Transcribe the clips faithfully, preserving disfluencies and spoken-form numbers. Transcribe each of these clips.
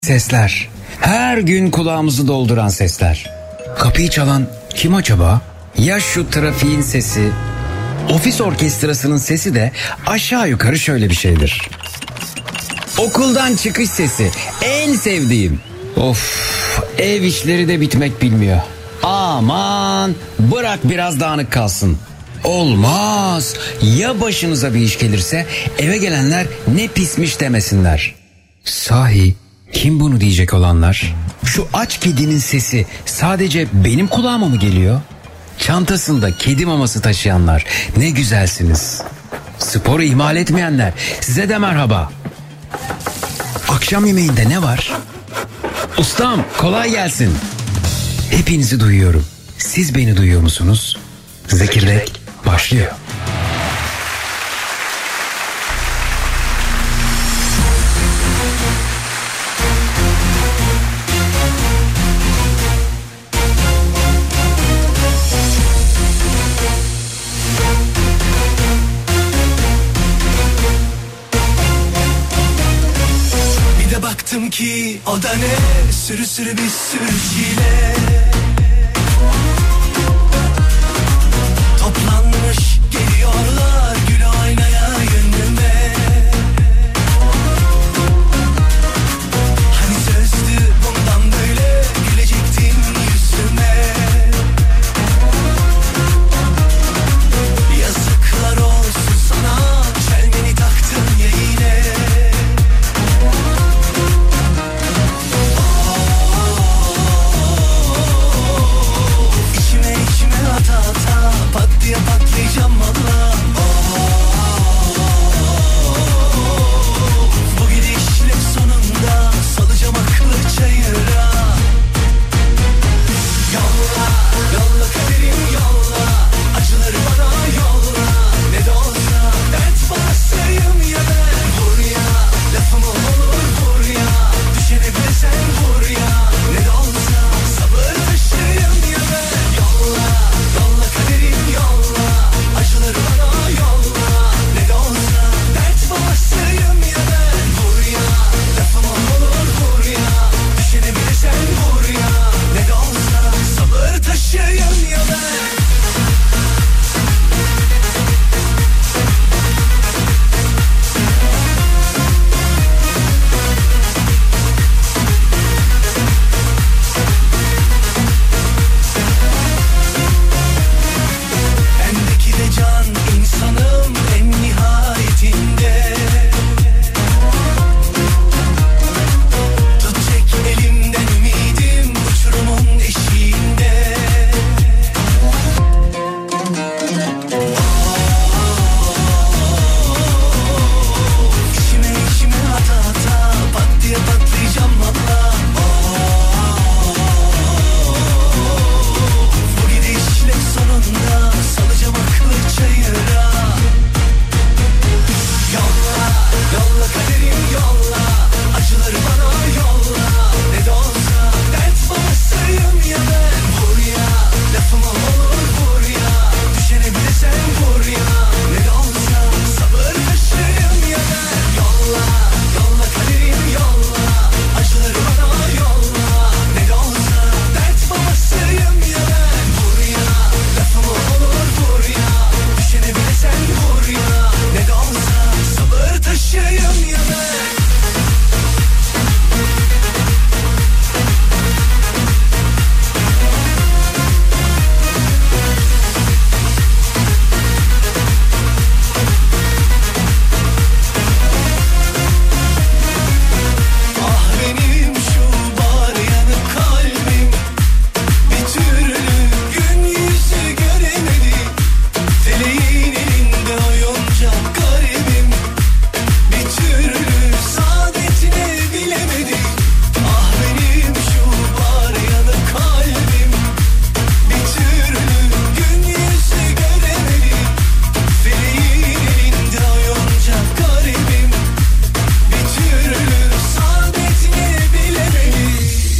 Sesler. Her gün kulağımızı dolduran sesler. Kapıyı çalan kim acaba? Ya şu trafiğin sesi, ofis orkestrasının sesi de aşağı yukarı şöyle bir şeydir. Okuldan çıkış sesi, en sevdiğim. Of, ev işleri de bitmek bilmiyor. Aman, bırak biraz dağınık kalsın. Olmaz. Ya başınıza bir iş gelirse eve gelenler ne pismiş demesinler. Sahi kim bunu diyecek olanlar? Şu aç kedinin sesi sadece benim kulağıma mı geliyor? Çantasında kedi maması taşıyanlar, ne güzelsiniz. Sporu ihmal etmeyenler, size de merhaba. Akşam yemeğinde ne var? Ustam, kolay gelsin. Hepinizi duyuyorum. Siz beni duyuyor musunuz? Zekirdek başlıyor. Baktım ki o da ne, sürü sürü bir sürü çile toplanmış geliyorlar gül aynaya yönüme. Hani sözdü bundan böyle gülecektin yüzüme. Yazıklar olsun sana, çelmeni taktın ya yine. Pat diye patlayacağım valla. Bu gidişle sonunda salacağım aklı çayıra. Yolla, yolla kaderim yolla, acıları bana yolla. Ne de olsa dert basayım ya ben. Vur ya, lafım olur vur ya, düşene bile sen vur ya. Ne de olsa sabır taşıyım ya ben. Yolla, yolla kaderim yolla, acıları bana yolla. Ne de olsa dert babasıyım ya ben. Vur ya, lafım olur vur ya, düşene bile sen vur ya. Ne de olsa sabır taşıyım ya ben. Bendeki de can insanım en nihayetinde. Tut çek elimden ümidim uçurumun eşiğinde. İçime içime ata ata pat diye patlayacağım valla. Bu gidişle sonunda salacağım aklı çayıra. Yolla, yolla kaderim yolla, acıları bana yolla. Ne de olsa dert babasıyım ya ben. Vur ya, lafım olur vur ya, düşene bile sen vur ya. Ne de olsa sabır taşıyım ya ben. Yolla, yolla kaderim yolla, acıları bana yolla. Ne de olsa dert babasıyım ya ben. Vur ya, lafım olur vur ya, düşene bile sen vur ya. Ne de olsa sabır taşıyım ya ben. Ah benim şu bar yanık kalbim, bir türlü gün yüzü göremedi. Feleğin elinde oyuncak garibim, bir türlü saadetine bilemedi. Ah benim şu bar yanık kalbim, bir türlü gün yüzü göremedi. Feleğin elinde oyuncak garibim, bir türlü saadetine bilemedi.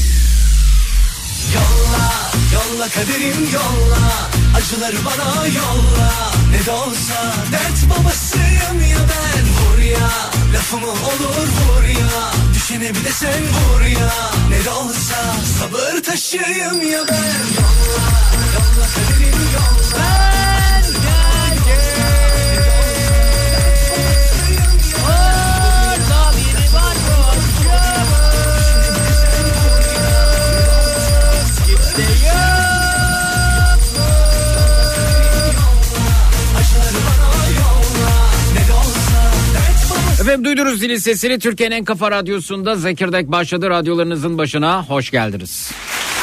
Yolla, yolla kaderim yolla, acıları bana yolla. Ne de olsa dert babasıyım ya ben. Vur ya, lafım lafımı olur vur ya. Düşene bir de sen vur ya. Ne de olsa sabır taşıyım ya ben. Yolla, yolla kaderim yolla. Ben geldim. Orada biri var kimse yok. Efendim duydunuz zilin sesini. Türkiye'nin en kafa radyosunda Zekirdek başladı. Radyolarınızın başına hoş geldiniz.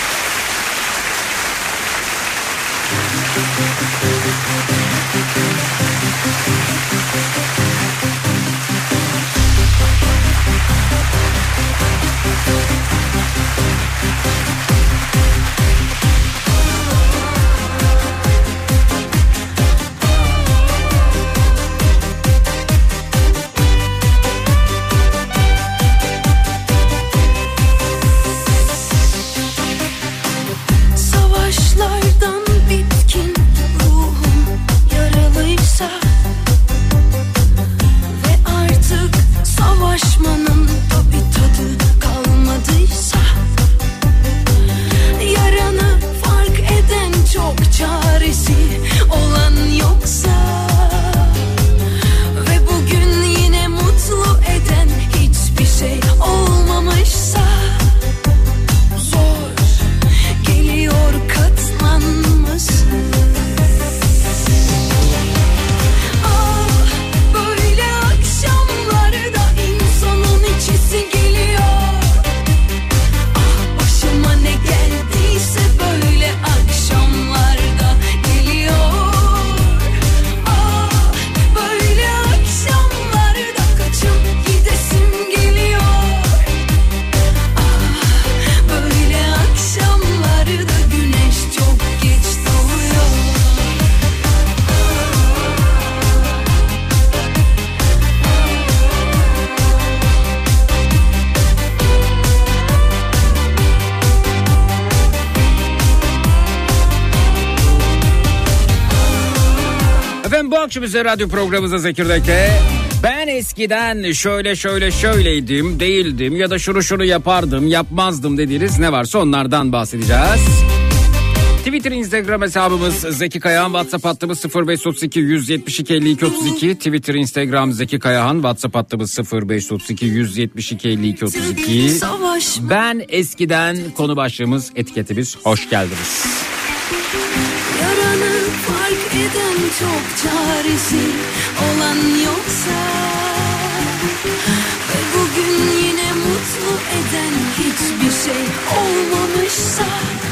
Akşamüstü radyo programımızda Zekirdek'te ben eskiden şöyle şöyle şöyleydim, değildim ya da şunu şunu yapardım, yapmazdım dediğiniz ne varsa onlardan bahsedeceğiz. Twitter, Instagram hesabımız Zeki Kayahan, WhatsApp hattımız sıfır beş otuz iki yüz yetmiş iki elli iki otuz iki. Twitter, Instagram Zeki Kayahan, WhatsApp hattımız sıfır beş otuz iki yüz yetmiş iki elli iki otuz iki. Ben eskiden konu başlığımız, etiketimiz. Hoş geldiniz. Eden çok çaresi olan yoksa ve bugün yine mutlu eden hiçbir şey olmamışsa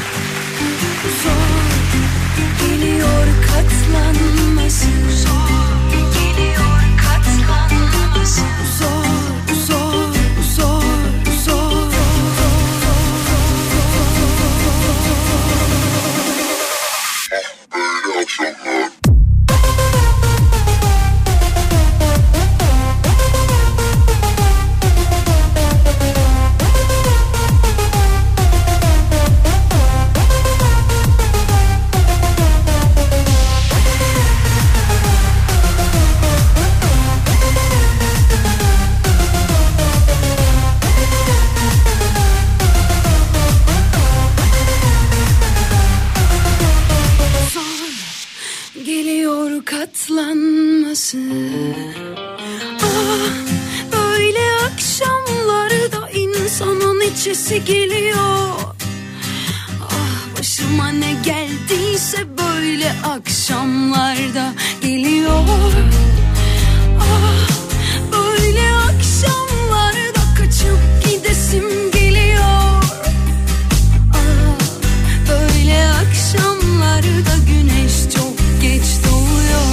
zor geliyor katlanması, zor geliyor katlanması, zor zor zor zor. Katlanması. Ah, böyle akşamlarda insanın içisi geliyor. Ah, başıma ne geldiyse böyle akşamlarda geliyor. Ah, böyle akşamlarda kaçıp gidesim geliyor. Ah, böyle akşamlarda güneş çok geç doğuyor.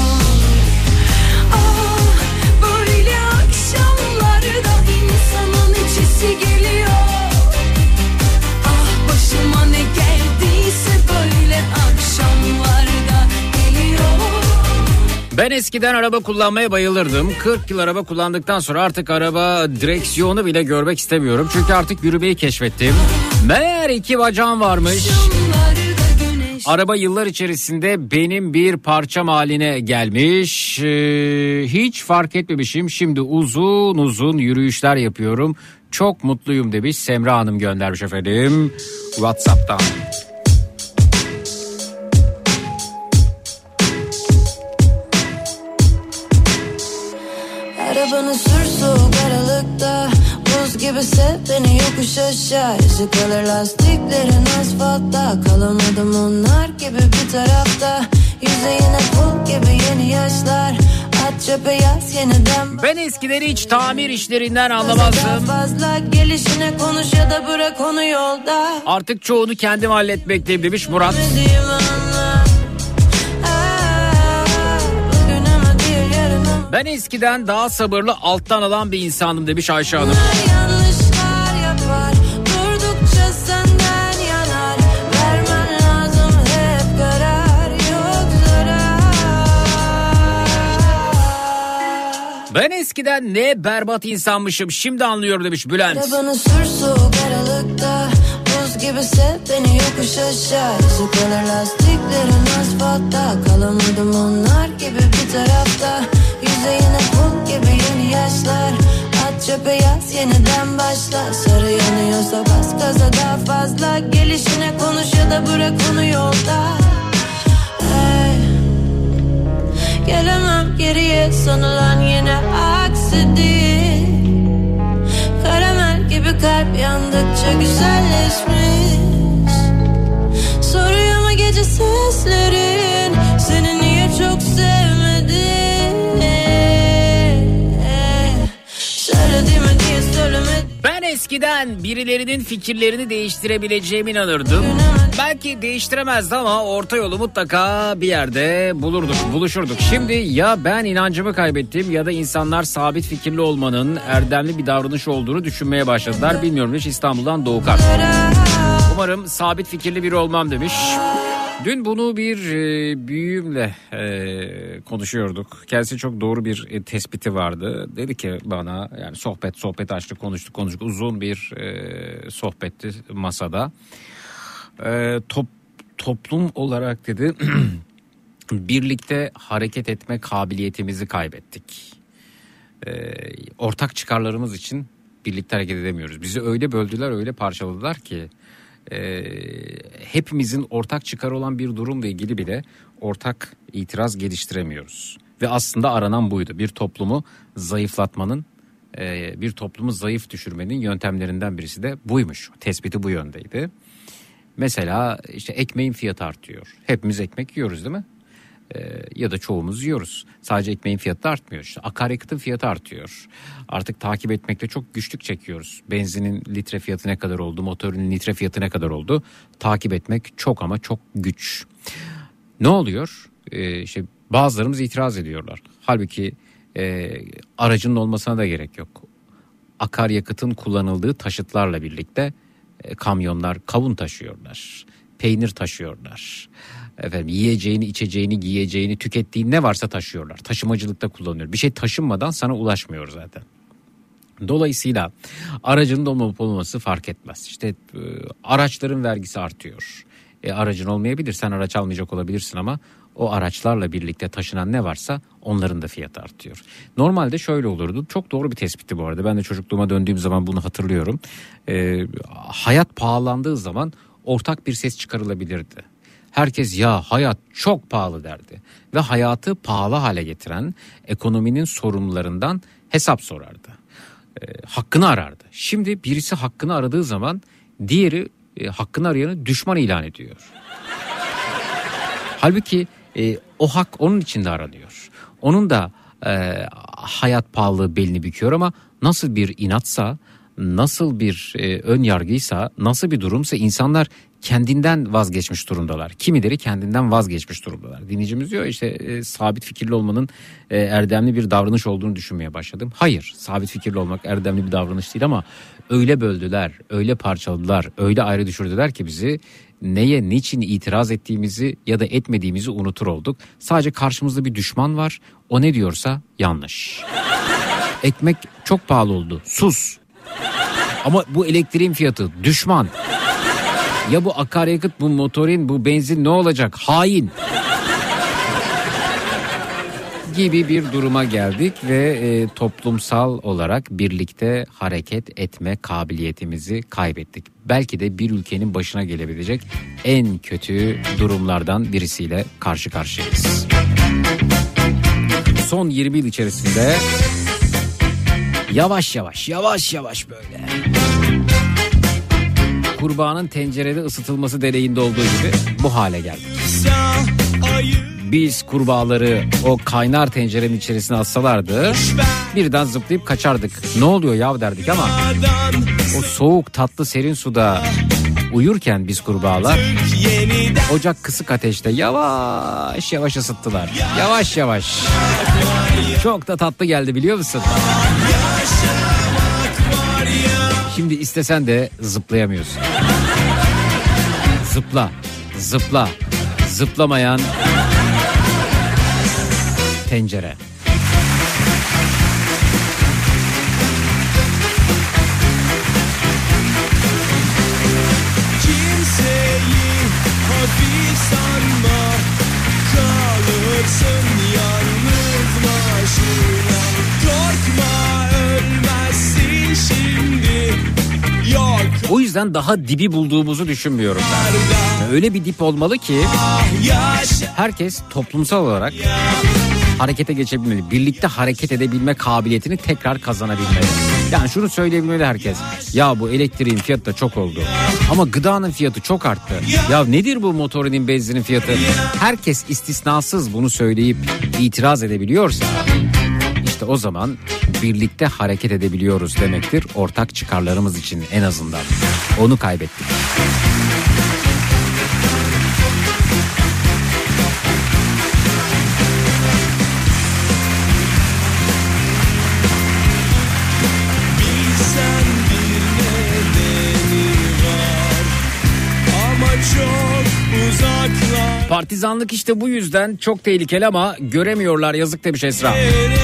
Ben eskiden araba kullanmaya bayılırdım. kırk yıl araba kullandıktan sonra artık araba direksiyonu bile görmek istemiyorum. Çünkü artık yürümeyi keşfettim. Meğer iki bacağım varmış. Araba yıllar içerisinde benim bir parçam haline gelmiş. Ee, hiç fark etmemişim. Şimdi uzun uzun yürüyüşler yapıyorum. Çok mutluyum demiş. Semra Hanım göndermiş efendim WhatsApp'tan. Arabanı sür soğuk aralıkta, buz gibi sev beni yokuş aşağı. Yüzü kalır lastiklerin asfaltta, kalamadım onlar gibi bir tarafta. Yüzeyine pul gibi yeni yaşlar, at çöpe yaz yeniden. Ben eskileri hiç tamir işlerinden anlamazdım. Fazla gelişine konuş ya da bırak onu yolda. Artık çoğunu kendim halletmekteyim demiş Murat. Ben eskiden daha sabırlı alttan alan bir insandım demiş Ayşe Hanım. Yanlışlar yapar, durdukça senden yanar. Vermen lazım hep karar, yok zarar. Ben eskiden ne berbat insanmışım, şimdi anlıyorum demiş Bülent. Arabanı sür soğuk aralıkta, buz gibi sev beni yokuş aşağı. Yüzü kalır lastiklerin asfaltta, kalamadım onlar gibi bir tarafta. Yüzeyine pul gibi yeni yaşlar, at çöpe yaz yeniden başla. Sarı yanıyorsa bas gaza daha fazla, gelişine konuş ya da bırak onu yolda. Hey, gelemem geriye sanılan yine aksi değil. Karamel gibi kalp yandıkça güzelleşmiş. Soruyor mu gece seslerin, seni niye çok sevmedim? Ben eskiden birilerinin fikirlerini değiştirebileceğime inanırdım. Belki değiştiremezdi ama orta yolu mutlaka bir yerde bulurduk, buluşurduk. Şimdi ya ben inancımı kaybettim ya da insanlar sabit fikirli olmanın erdemli bir davranış olduğunu düşünmeye başladılar. Bilmiyorum hiç. İstanbul'dan Doğukan. Umarım sabit fikirli biri olmam demiş. Dün bunu bir e, büyüğümle e, konuşuyorduk. Kendisi çok doğru bir e, tespiti vardı. Dedi ki bana, yani sohbet sohbet açtık, konuştuk konuştuk uzun bir e, sohbetti masada. E, top, toplum olarak dedi birlikte hareket etme kabiliyetimizi kaybettik. E, ortak çıkarlarımız için birlikte hareket edemiyoruz. Bizi öyle böldüler, öyle parçaladılar ki. Ee, hepimizin ortak çıkarı olan bir durumla ilgili bile ortak itiraz geliştiremiyoruz. Ve aslında aranan buydu. Bir toplumu zayıflatmanın, e, bir toplumu zayıf düşürmenin yöntemlerinden birisi de buymuş. Tespiti bu yöndeydi. Mesela işte ekmeğin fiyatı artıyor. Hepimiz ekmek yiyoruz değil mi? Ee, ya da çoğumuz yiyoruz. Sadece ekmeğin fiyatı da artmıyor. İşte akaryakıtın fiyatı artıyor. Artık takip etmekte çok güçlük çekiyoruz. Benzinin litre fiyatı ne kadar oldu, motorun litre fiyatı ne kadar oldu? Takip etmek çok ama çok güç. Ne oluyor? Ee, işte bazılarımız itiraz ediyorlar. Halbuki e, aracının olmasına da gerek yok. Akaryakıtın kullanıldığı taşıtlarla birlikte e, kamyonlar kavun taşıyorlar, peynir taşıyorlar. Efendim yiyeceğini, içeceğini, giyeceğini, tükettiğin ne varsa taşıyorlar. Taşımacılıkta kullanıyor. Bir şey taşınmadan sana ulaşmıyor zaten. Dolayısıyla aracının olmaması olmaması fark etmez. İşte e, araçların vergisi artıyor. E, aracın olmayabilir, sen araç almayacak olabilirsin ama o araçlarla birlikte taşınan ne varsa onların da fiyatı artıyor. Normalde şöyle olurdu. Çok doğru bir tespitti bu arada. Ben de çocukluğuma döndüğüm zaman bunu hatırlıyorum. E, hayat pahalandığı zaman ortak bir ses çıkarılabilirdi. Herkes ya hayat çok pahalı derdi ve hayatı pahalı hale getiren ekonominin sorumlularından hesap sorardı. E, hakkını arardı. Şimdi birisi hakkını aradığı zaman diğeri e, hakkını arayanı düşman ilan ediyor. Halbuki e, o hak onun için de aranıyor. Onun da e, hayat pahalılığı belini büküyor ama nasıl bir inatsa, nasıl bir e, ön yargıysa, nasıl bir durumsa insanlar kendinden vazgeçmiş durumdalar. Kimileri kendinden vazgeçmiş durumdalar. Dinleyicimiz diyor işte e, sabit fikirli olmanın e, erdemli bir davranış olduğunu düşünmeye başladım. Hayır, sabit fikirli olmak erdemli bir davranış değil ama öyle böldüler, öyle parçaladılar, öyle ayrı düşürdüler ki bizi neye, niçin itiraz ettiğimizi ya da etmediğimizi unutur olduk. Sadece karşımızda bir düşman var, o ne diyorsa yanlış. Ekmek çok pahalı oldu, sus. Ama bu elektriğin fiyatı düşman. Ya bu akaryakıt, bu motorin, bu benzin ne olacak? Hain. Gibi bir duruma geldik ve e, toplumsal olarak birlikte hareket etme kabiliyetimizi kaybettik. Belki de bir ülkenin başına gelebilecek en kötü durumlardan birisiyle karşı karşıyayız. Son yirmi yıl içerisinde yavaş yavaş yavaş yavaş böyle kurbağanın tencerede ısıtılması deneyinde olduğu gibi bu hale geldik. Biz kurbağaları o kaynar tencerenin içerisine atsalardı birden zıplayıp kaçardık. Ne oluyor yav derdik ama o soğuk tatlı serin suda uyurken biz kurbağalar ocak kısık ateşte yavaş yavaş ısıttılar. Yavaş yavaş. Çok da tatlı geldi biliyor musun? Şimdi istesen de zıplayamıyorsun. Zıpla, zıpla, zıplamayan tencere. Kimseyi hafif sanma, kalırsın yalnız başına. Korkma, ölmezsin şimdi. Yok. O yüzden daha dibi bulduğumuzu düşünmüyorum ben. Öyle bir dip olmalı ki herkes toplumsal olarak harekete geçebilmeli. Birlikte hareket edebilme kabiliyetini tekrar kazanabilmeli. Yani şunu söyleyebilmeli herkes. Ya bu elektriğin fiyatı da çok oldu. Ama gıdanın fiyatı çok arttı. Ya nedir bu motorinin, benzinin fiyatı? Herkes istisnasız bunu söyleyip itiraz edebiliyorsa işte o zaman birlikte hareket edebiliyoruz demektir. Ortak çıkarlarımız için en azından. Onu kaybettik. Bilsen bir nedeni var ama çok uzaklar. Partizanlık işte bu yüzden çok tehlikeli ama göremiyorlar, yazık demiş Esra.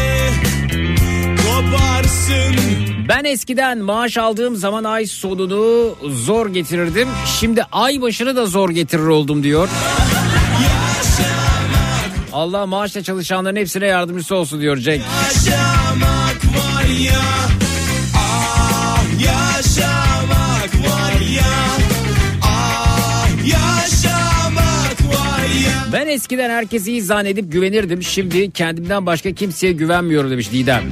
Ben eskiden maaş aldığım zaman ay sonunu zor getirirdim. Şimdi ay başını da zor getirir oldum diyor. Allah maaşla çalışanların hepsine yardımcısı olsun diyor Cenk. Yaşamak var ya, ah yaşamak var ya, ah yaşamak var ya. Ben eskiden herkesi iyi zannedip güvenirdim. Şimdi kendimden başka kimseye güvenmiyorum demiş Didem.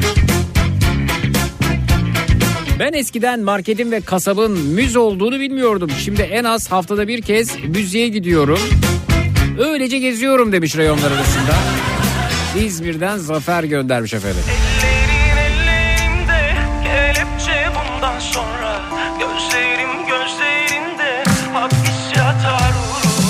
Ben eskiden marketin ve kasabın müze olduğunu bilmiyordum. Şimdi en az haftada bir kez müzeye gidiyorum. Öylece geziyorum demiş reyonlar arasında. İzmir'den Zafer göndermiş efendim. Ellerin ellerimde, kelepçe bundan sonra. Gözlerim gözlerinde, hapis yatar uğruna.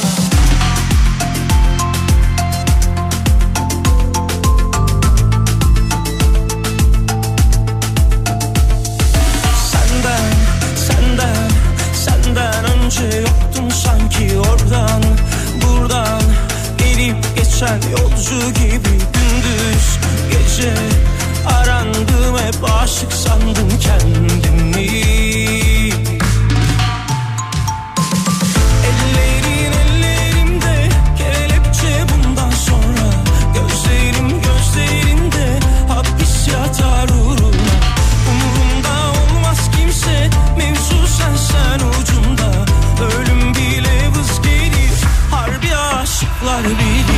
Senden, senden, senden önce yoktun sanki oradan, buradan gelip geçen yolcu gibi gündüz gece arandım, hep aşık sandım kendimi. Ellerin ellerimde, kelepçe bundan sonra. Gözlerim gözlerinde, hapis yatar uğruna. Umurumda olmaz kimse, mevzu sen sen ucunda. Ölüm bile vız gelir, harbi aşıklar bilir.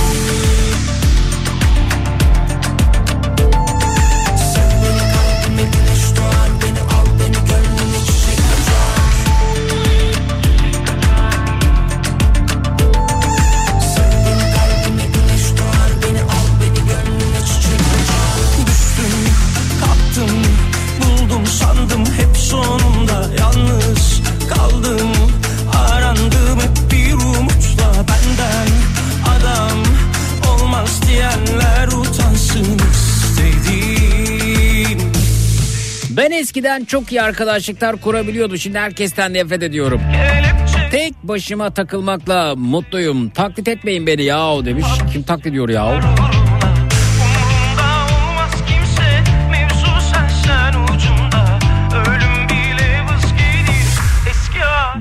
Sonunda yalnız kaldım, arandım hep bir umutla. Benden adam olmaz diyenler utansın istedim. Ben eskiden çok iyi arkadaşlıklar kurabiliyordum. Şimdi herkesten nefret ediyorum. Tek başıma takılmakla mutluyum. Taklit etmeyin beni yahu demiş. Kim taklit ediyor yahu?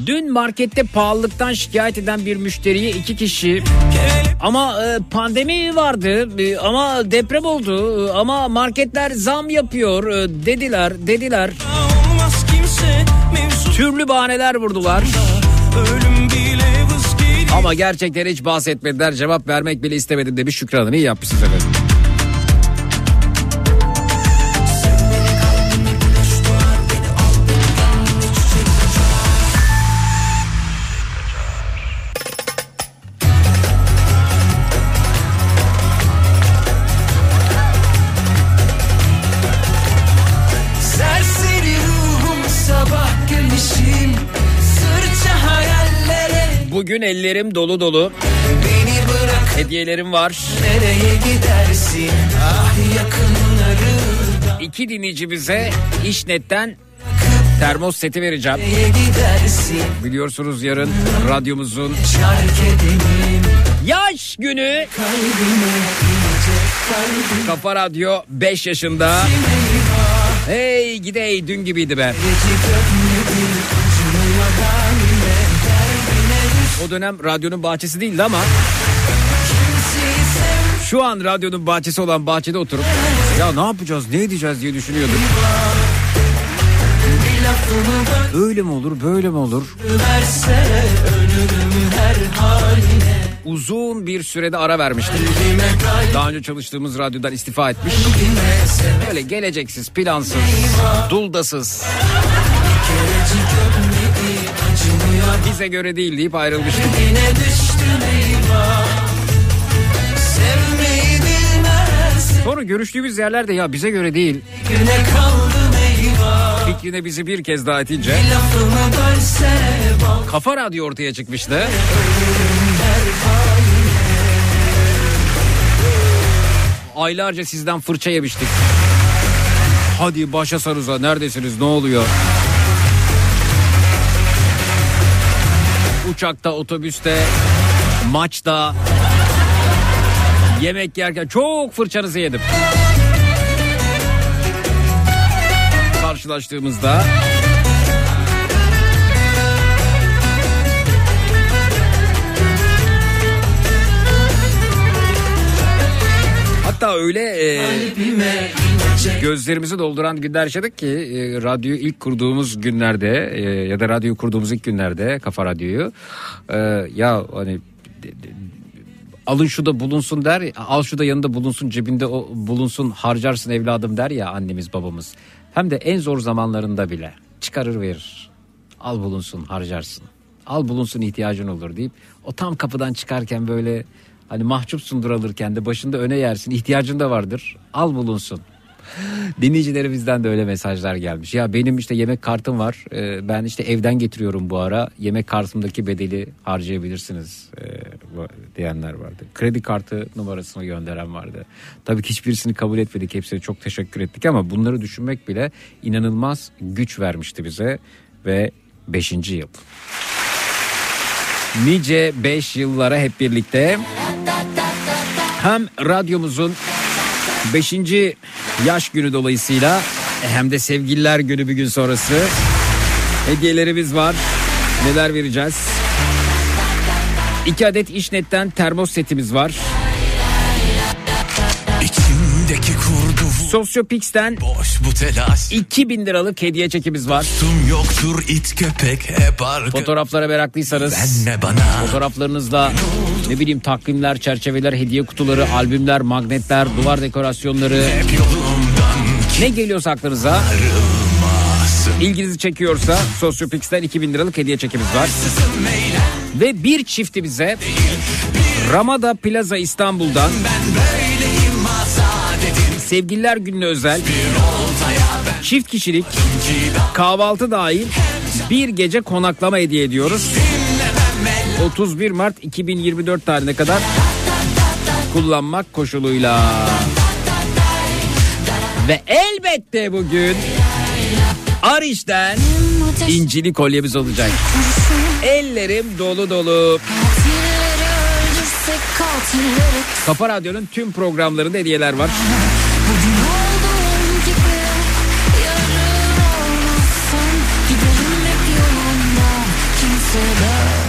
Dün markette pahalılıktan şikayet eden bir müşteriye iki kişi ama e, pandemi vardı e, ama deprem oldu e, ama marketler zam yapıyor e, dediler dediler. Türlü bahaneler vurdular. Ama gerçekten hiç bahsetmediler, cevap vermek bile istemedim demiş Şükran Hanım. İyi yapmışsınız efendim. Bugün ellerim dolu dolu. Beni bırak, hediyelerim var. Nereye gidersin? Ah yakınları. İki dinleyicimize İşnet'ten termos seti vereceğim. Biliyorsunuz yarın radyomuzun yaş günü. Kafa Radyo beş yaşında. Hey gidey dün gibiydi be. O dönem radyonun bahçesi değildi ama şu an radyonun bahçesi olan bahçede oturup ya ne yapacağız, ne edeceğiz diye düşünüyordum. Öyle mi olur, böyle mi olur? Uzun bir sürede ara vermiştim. Daha önce çalıştığımız radyodan istifa etmiş. Böyle geleceksiz, plansız, duldasız. Bize göre değil deyip ayrılmıştım. Sonra görüştüğümüz yerlerde ya bize göre değil. Fikrine bizi bir kez daha itince Kafa Radyo ortaya çıkmıştı. Aylarca sizden fırça yemiştik. Hadi başa sarıza, neredesiniz, ne oluyor? Uçakta, otobüste, maçta, yemek yerken çok fırçanızı yedim. Karşılaştığımızda hatta öyle e, gözlerimizi dolduran günler yaşadık ki e, radyoyu ilk kurduğumuz günlerde e, ya da radyoyu kurduğumuz ilk günlerde Kafa Radyo'yu e, ya hani de, de, alın şu da bulunsun der, al şu da yanında bulunsun, cebinde o bulunsun, harcarsın evladım der ya annemiz babamız. Hem de en zor zamanlarında bile çıkarır verir. Al bulunsun, harcarsın. Al bulunsun, ihtiyacın olur deyip o tam kapıdan çıkarken böyle hani mahcupsundur alırken de başında öne yersin, ihtiyacın da vardır. Al bulunsun. Dinleyicilerimizden de öyle mesajlar gelmiş. Ya benim işte yemek kartım var. Ee, ben işte evden getiriyorum bu ara. Yemek kartımdaki bedeli harcayabilirsiniz ee, diyenler vardı. Kredi kartı numarasını gönderen vardı. Tabii ki hiçbirisini kabul etmedik. Hepsine çok teşekkür ettik ama bunları düşünmek bile inanılmaz güç vermişti bize. Ve beşinci yıl. Nice beş yıllara hep birlikte hem radyomuzun beşinci yaş günü dolayısıyla hem de sevgililer günü bir gün sonrası hediyelerimiz var. Neler vereceğiz? İki adet İşnet'ten termos setimiz var. İçimdeki kurdu Sosyopix'ten boş bu telaş. iki bin liralık hediye çekimiz var. Yoktur it köpek hep arka. Fotoğraflara meraklıysanız bana. Fotoğraflarınızla ne bileyim takvimler, çerçeveler, hediye kutuları, albümler, magnetler, duvar dekorasyonları, ne geliyorsa aklınıza, ilginizi çekiyorsa Sosyopix'ten iki bin liralık hediye çekimiz var. Ve bir çiftimize Ramada Plaza İstanbul'dan Sevgililer Günü'ne özel çift kişilik kahvaltı dahil bir gece konaklama hediye ediyoruz. otuz bir Mart iki bin yirmi dört tarihine kadar kullanmak koşuluyla. Ve elbette bugün Ariş'ten incili kolyemiz olacak. Ellerim dolu dolu. Kafa Radyo'nun tüm programlarında hediyeler var.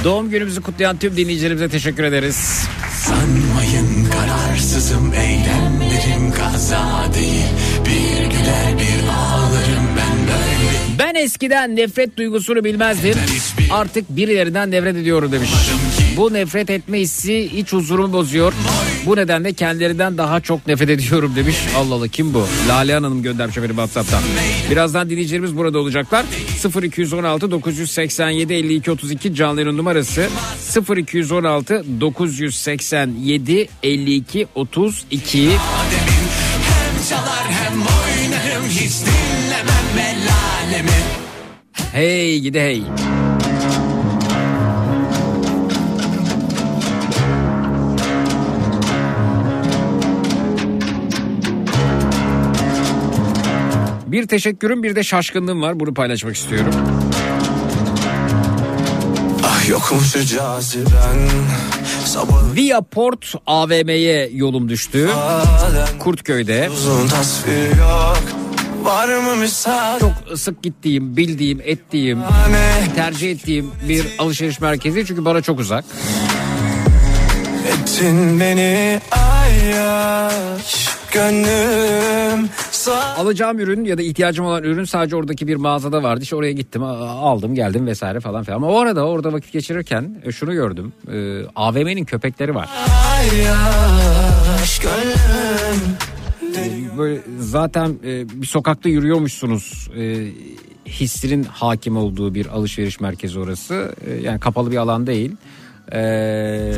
Doğum günümüzü kutlayan tüm dinleyicilerimize teşekkür ederiz. Sanmayın kararsızım, eylemlerim kaza değil. Bir güler bir ağlarım ben böyle. Ben eskiden nefret duygusunu bilmezdim. Artık birilerinden nefret ediyorum demiş. Bu nefret etme hissi iç huzurumu bozuyor. Bu nedenle kendilerinden daha çok nefret ediyorum demiş. Allah Allah, kim bu? Lale Hanım göndermiş efendim WhatsApp'tan. Birazdan dinleyicilerimiz burada olacaklar. sıfır iki on altı dokuz seksen yedi elli iki otuz iki canlı yayın numarası. sıfır iki on altı dokuz seksen yedi elli iki otuz iki. Hem çalar hem oynarım, hiç dinlemem el alemi. Hey gidi hey. Bir teşekkürüm bir de şaşkınlığım var. Bunu paylaşmak istiyorum. Ah yokum şu caziben sabah Viaport A V M'ye yolum düştü. Kurtköy'de. uzun tasvir yok. Var mı misal? Çok sık gittiğim, bildiğim, ettiğim, tercih ettiğim bir alışveriş merkezi. Çünkü bana çok uzak. Ettin beni ayyaş gönlüm. Sa- Alacağım ürün ya da ihtiyacım olan ürün sadece oradaki bir mağazada vardı. İşte oraya gittim, aldım, geldim vesaire falan filan. Ama o arada orada vakit geçirirken şunu gördüm. A V M'nin köpekleri var. Ayyaş gönlüm. Böyle zaten bir sokakta yürüyormuşsunuz. Hissinin hakim olduğu bir alışveriş merkezi orası. Yani kapalı bir alan değil. Eee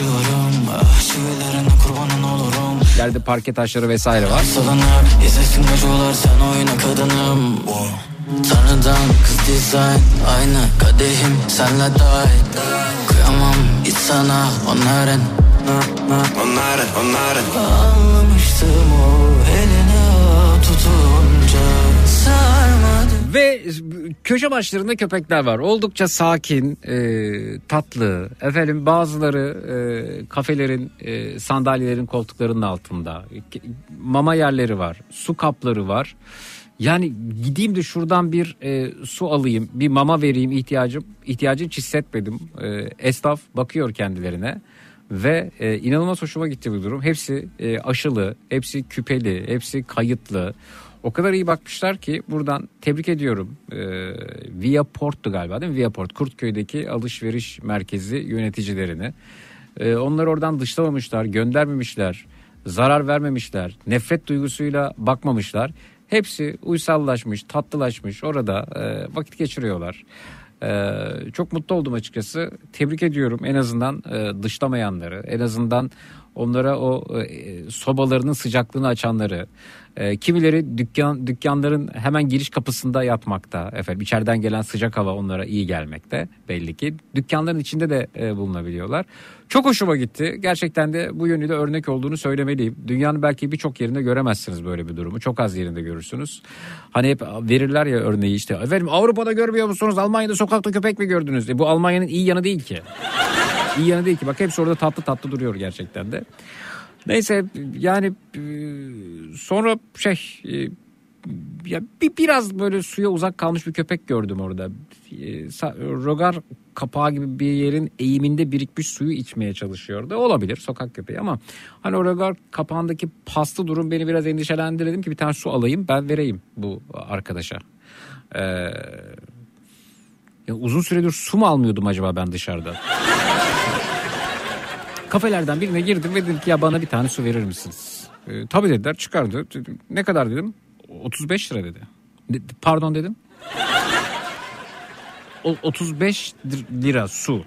Yerde parke taşları vesaire var. Salınıp izlesin acılar, sen oyna kadınım. Tanrıdan kız dizayn, aynı kadehim senle dahil. Kıyamam hiç sana onların Onların onların anlamıştım o elini tutunca sarmadı. Ve köşe başlarında köpekler var. Oldukça sakin, e, tatlı. Efendim bazıları e, kafelerin, e, sandalyelerin koltuklarının altında. Mama yerleri var, su kapları var. Yani gideyim de şuradan bir e, su alayım, bir mama vereyim ihtiyacım. İhtiyacım hiç hissetmedim. E, esnaf bakıyor kendilerine. Ve e, inanılmaz hoşuma gitti bu durum. Hepsi e, aşılı, hepsi küpeli, hepsi kayıtlı. O kadar iyi bakmışlar ki buradan tebrik ediyorum. E, Viaport'tu galiba değil mi? Viaport, Kurtköy'deki alışveriş merkezi yöneticilerini. E, onları oradan dışlamamışlar, göndermemişler, zarar vermemişler, nefret duygusuyla bakmamışlar. Hepsi uysallaşmış, tatlılaşmış, orada e, vakit geçiriyorlar. Ee, çok mutlu oldum açıkçası. Tebrik ediyorum en azından e, dışlamayanları, en azından onlara o e, sobalarının sıcaklığını açanları. E, kimileri dükkan dükkanların hemen giriş kapısında yatmakta. Efendim içeriden gelen sıcak hava onlara iyi gelmekte belli ki. Dükkanların içinde de e, bulunabiliyorlar. Çok hoşuma gitti. Gerçekten de bu yönüyle örnek olduğunu söylemeliyim. Dünyanın belki birçok yerinde göremezsiniz böyle bir durumu. Çok az yerinde görürsünüz. Hani hep verirler ya örneği işte. Efendim Avrupa'da görmüyor musunuz? Almanya'da sokakta köpek mi gördünüz? E, bu Almanya'nın iyi yanı değil ki. İyi yanı değil ki. Bak hepsi orada tatlı tatlı duruyor gerçekten de. Neyse yani sonra şey ya bir biraz böyle suya uzak kalmış bir köpek gördüm orada. Rogar kapağı gibi bir yerin eğiminde birikmiş suyu içmeye çalışıyordu. Olabilir sokak köpeği ama hani o rogar kapağındaki paslı durum beni biraz endişelendirdi. Dedim ki bir tane su alayım ben vereyim bu arkadaşa. Ee, ya uzun süredir su mu almıyordum acaba ben dışarıda? Kafelerden birine girdim ve dedim ki ya bana bir tane su verir misiniz? Ee, tabii dediler çıkardı. Dedim, ne kadar dedim? otuz beş lira dedi. De, pardon dedim. O, otuz beş lira su.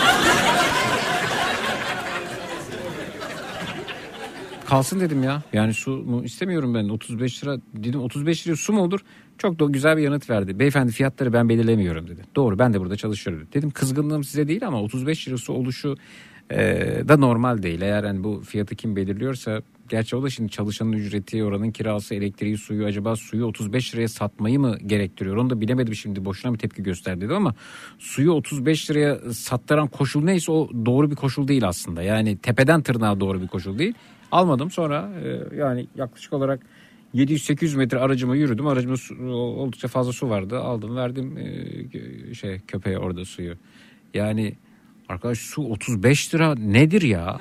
Kalsın dedim ya. Yani su mu istemiyorum ben. otuz beş lira dedim. otuz beş lira su mu olur? Çok da güzel bir yanıt verdi. Beyefendi fiyatları ben belirlemiyorum dedi. Doğru ben de burada çalışıyorum dedi. Dedim kızgınlığım size değil ama otuz beş lira su oluşu Ee, da normal değil. Eğer yani bu fiyatı kim belirliyorsa gerçi o da şimdi çalışanın ücreti, oranın kirası, elektriği, suyu acaba suyu otuz beş liraya satmayı mı gerektiriyor? Onu da bilemedim şimdi boşuna bir tepki gösterdi dedim ama suyu otuz beş liraya sattıran koşul neyse o doğru bir koşul değil aslında. Yani tepeden tırnağa doğru bir koşul değil. Almadım sonra e, yani yaklaşık olarak yedi yüz sekiz yüz metre aracıma yürüdüm. Aracımda su, oldukça fazla su vardı. Aldım verdim e, şey köpeğe orada suyu. Yani Arkadaş su otuz beş lira nedir ya?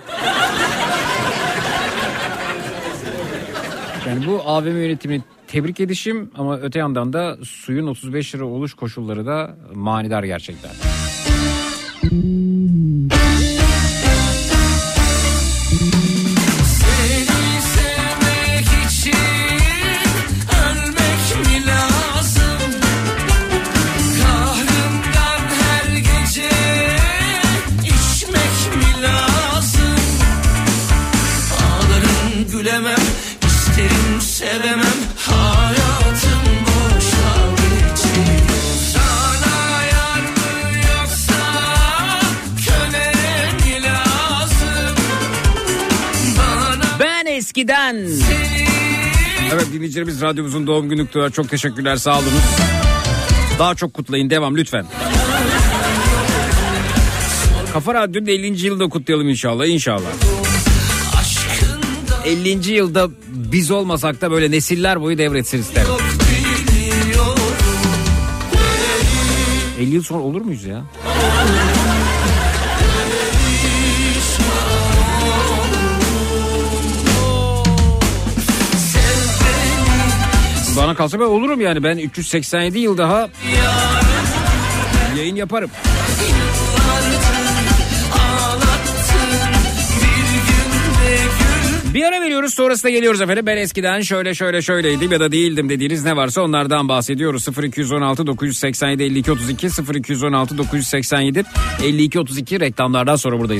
Yani bu A V M yönetimini tebrik edişim ama öte yandan da suyun otuz beş lira oluş koşulları da manidar gerçekten. Seni sevmek için ölmek mi lazım? Kahrımdan her gece içmek mi lazım? Ağlarım gülemem, isterim sevemem, hayatım boşa geçiyor. Sana yar mı yoksa köle mi lazım? Bana Ben eskiden. seni Evet, dinleyicilerimiz radyomuzun doğum günü kutluyorlar. Çok teşekkürler, sağ olunuz. Daha çok kutlayın, devam lütfen. Kafa Radyo'nun ellinci yılını da kutlayalım inşallah, inşallah. aşkından ellinci yılda biz olmasak da böyle nesiller boyu devretsin isterim. biliyorum. elli yıl sonra olur muyuz ya? Sev beni Bana kalsa ben olurum yani. Ben üç yüz seksen yedi yıl daha yayın yaparım. ağlattın bir günde gül. Bir ara veriyoruz, sonrasında geliyoruz efendim. Ben eskiden şöyle şöyle şöyleydim ya da değildim dediğiniz ne varsa onlardan bahsediyoruz. sıfır iki on altı dokuz yüz seksen yedi elli iki otuz iki sıfır iki on altı dokuz yüz seksen yedi elli iki otuz iki reklamlardan sonra buradayız.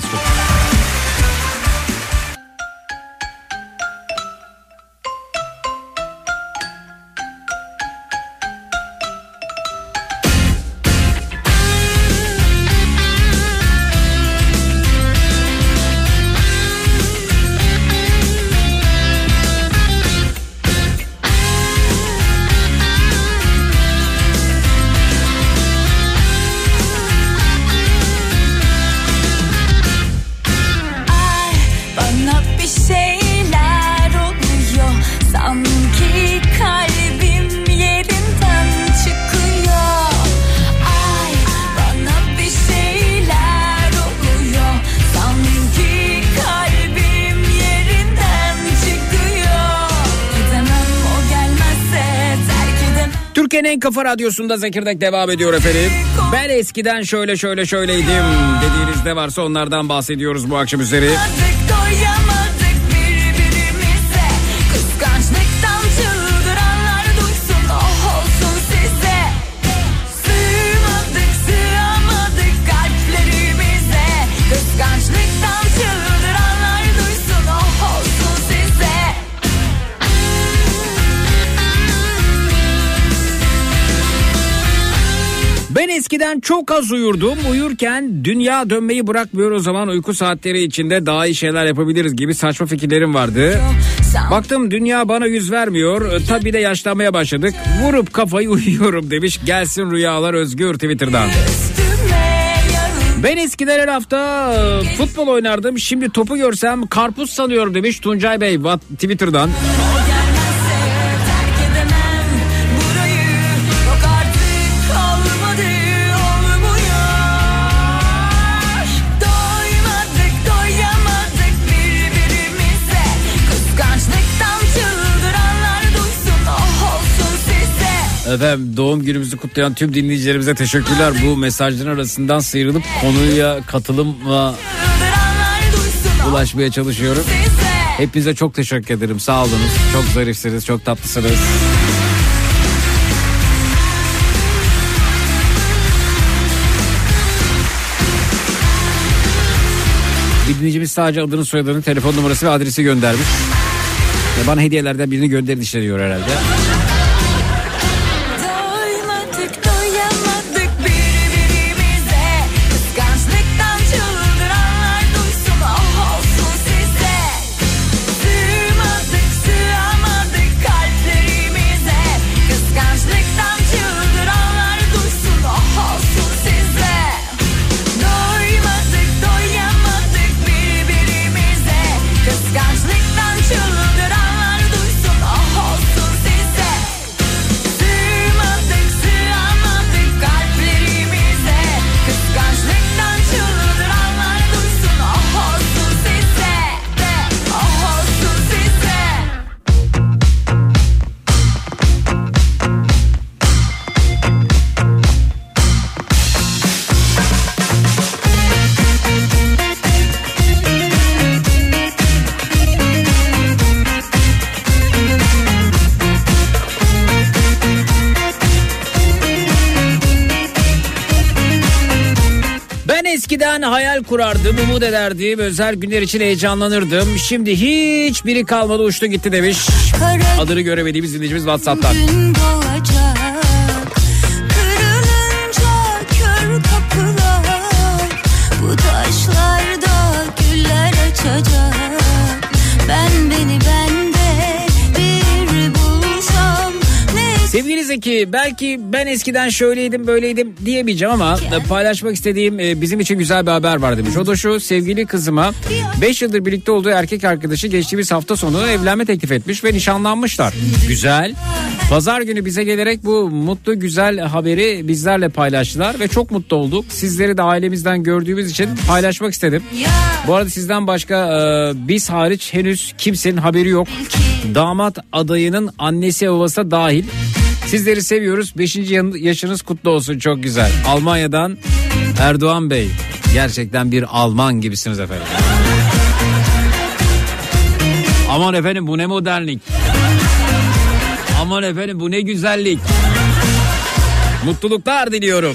Ay, bana bir şeyler oluyor. Sanki kalbim yerinden çıkıyor. Ay, bana bir şeyler oluyor. Sanki kalbim yerinden çıkıyor. Gidemem o gelmezse, terk edemem. Türkiye'nin en kafa radyosunda Zekirdek devam ediyor efendim. Ben eskiden şöyle şöyle şöyleydim dediğiniz ne varsa onlardan bahsediyoruz bu akşam üzeri. Doyamadık, doyamadık birbirimize. Kıskançlıktan çıldıranlar duysun, oh olsun size. Sığmadık, sığamadık kalplerimize. Kıskançlıktan çıldıranlar duysun, oh olsun size. Ben eskiden çok az uyurdum. Uyurken dünya dönmeyi bırakmıyor, o zaman uyku saatleri içinde daha iyi şeyler yapabiliriz gibi saçma fikirlerim vardı. Baktım dünya bana yüz vermiyor. E, Tabii de yaşlanmaya başladık. Vurup kafayı uyuyorum demiş. Gelsin rüyalar Özgür Twitter'dan. Üstüme yarın Ben eskiden her hafta e, futbol oynardım. Şimdi topu görsem karpuz sanıyorum demiş Tuncay Bey What- Twitter'dan. o gelmezse, terk edemem burayı. Yok artık olmadı, olmuyor. Doymadık, doyamadık birbirimize. Kıskançlıktan çıldıranlar duysun, oh olsun size. Efendim, doğum günümüzü kutlayan tüm dinleyicilerimize teşekkürler. Bu mesajların arasından sıyrılıp konuya katılımla Çıldıranlar duysun, oh ulaşmaya çalışıyorum. size. Hepinize çok teşekkür ederim. Sağ olunuz. Çok zarifsiniz, çok tatlısınız. Bir dinleyicimiz sadece adını, soyadını, telefon numarası ve adresi göndermiş. Ya bana hediyelerden birini gönderin işte diyor herhalde. Doymadık, doyamadık birbirimize. Kıskançlıktan çıldıranlar duysun, oh olsun size. Sığmadık, sığamadık kalplerimize. Kıskançlıktan çıldıranlar duysun, oh olsun size. Doymadık, doyamadık birbirimize. Kıskançlıktan çıldıranlar duysun, oh olsun size. Ben eskiden hayal kurardım, umut ederdim, özel günler için heyecanlanırdım. Şimdi hiçbiri kalmadı, uçtu gitti demiş. Adını göremediğimiz dinleyicimiz WhatsApp'tan. Gün doğacak, kırılınca kör kapılar, bu taşlarda güller açacak. Ben beni bende bir bulsam ne... Sevgili Zeki, belki ben eskiden şöyleydim böyleydim diyemeyeceğim ama paylaşmak istediğim bizim için güzel bir haber var demiş. O da şu: sevgili kızıma beş yıldır birlikte olduğu erkek arkadaşı geçtiğimiz hafta sonu evlenme teklif etmiş ve nişanlanmışlar. Güzel. Pazar günü bize gelerek bu mutlu güzel haberi bizlerle paylaştılar ve çok mutlu olduk. Sizleri de ailemizden gördüğümüz için paylaşmak istedim. Bu arada sizden başka e, biz hariç henüz kimsenin haberi yok. Damat adayının annesi babası da dahil. Sizleri seviyoruz. beşinci yaşınız kutlu olsun. Çok güzel. Almanya'dan Erdoğan Bey. Gerçekten bir Alman gibisiniz efendim. Aman efendim bu ne modernlik. Aman efendim bu ne güzellik. Mutluluklar diliyorum.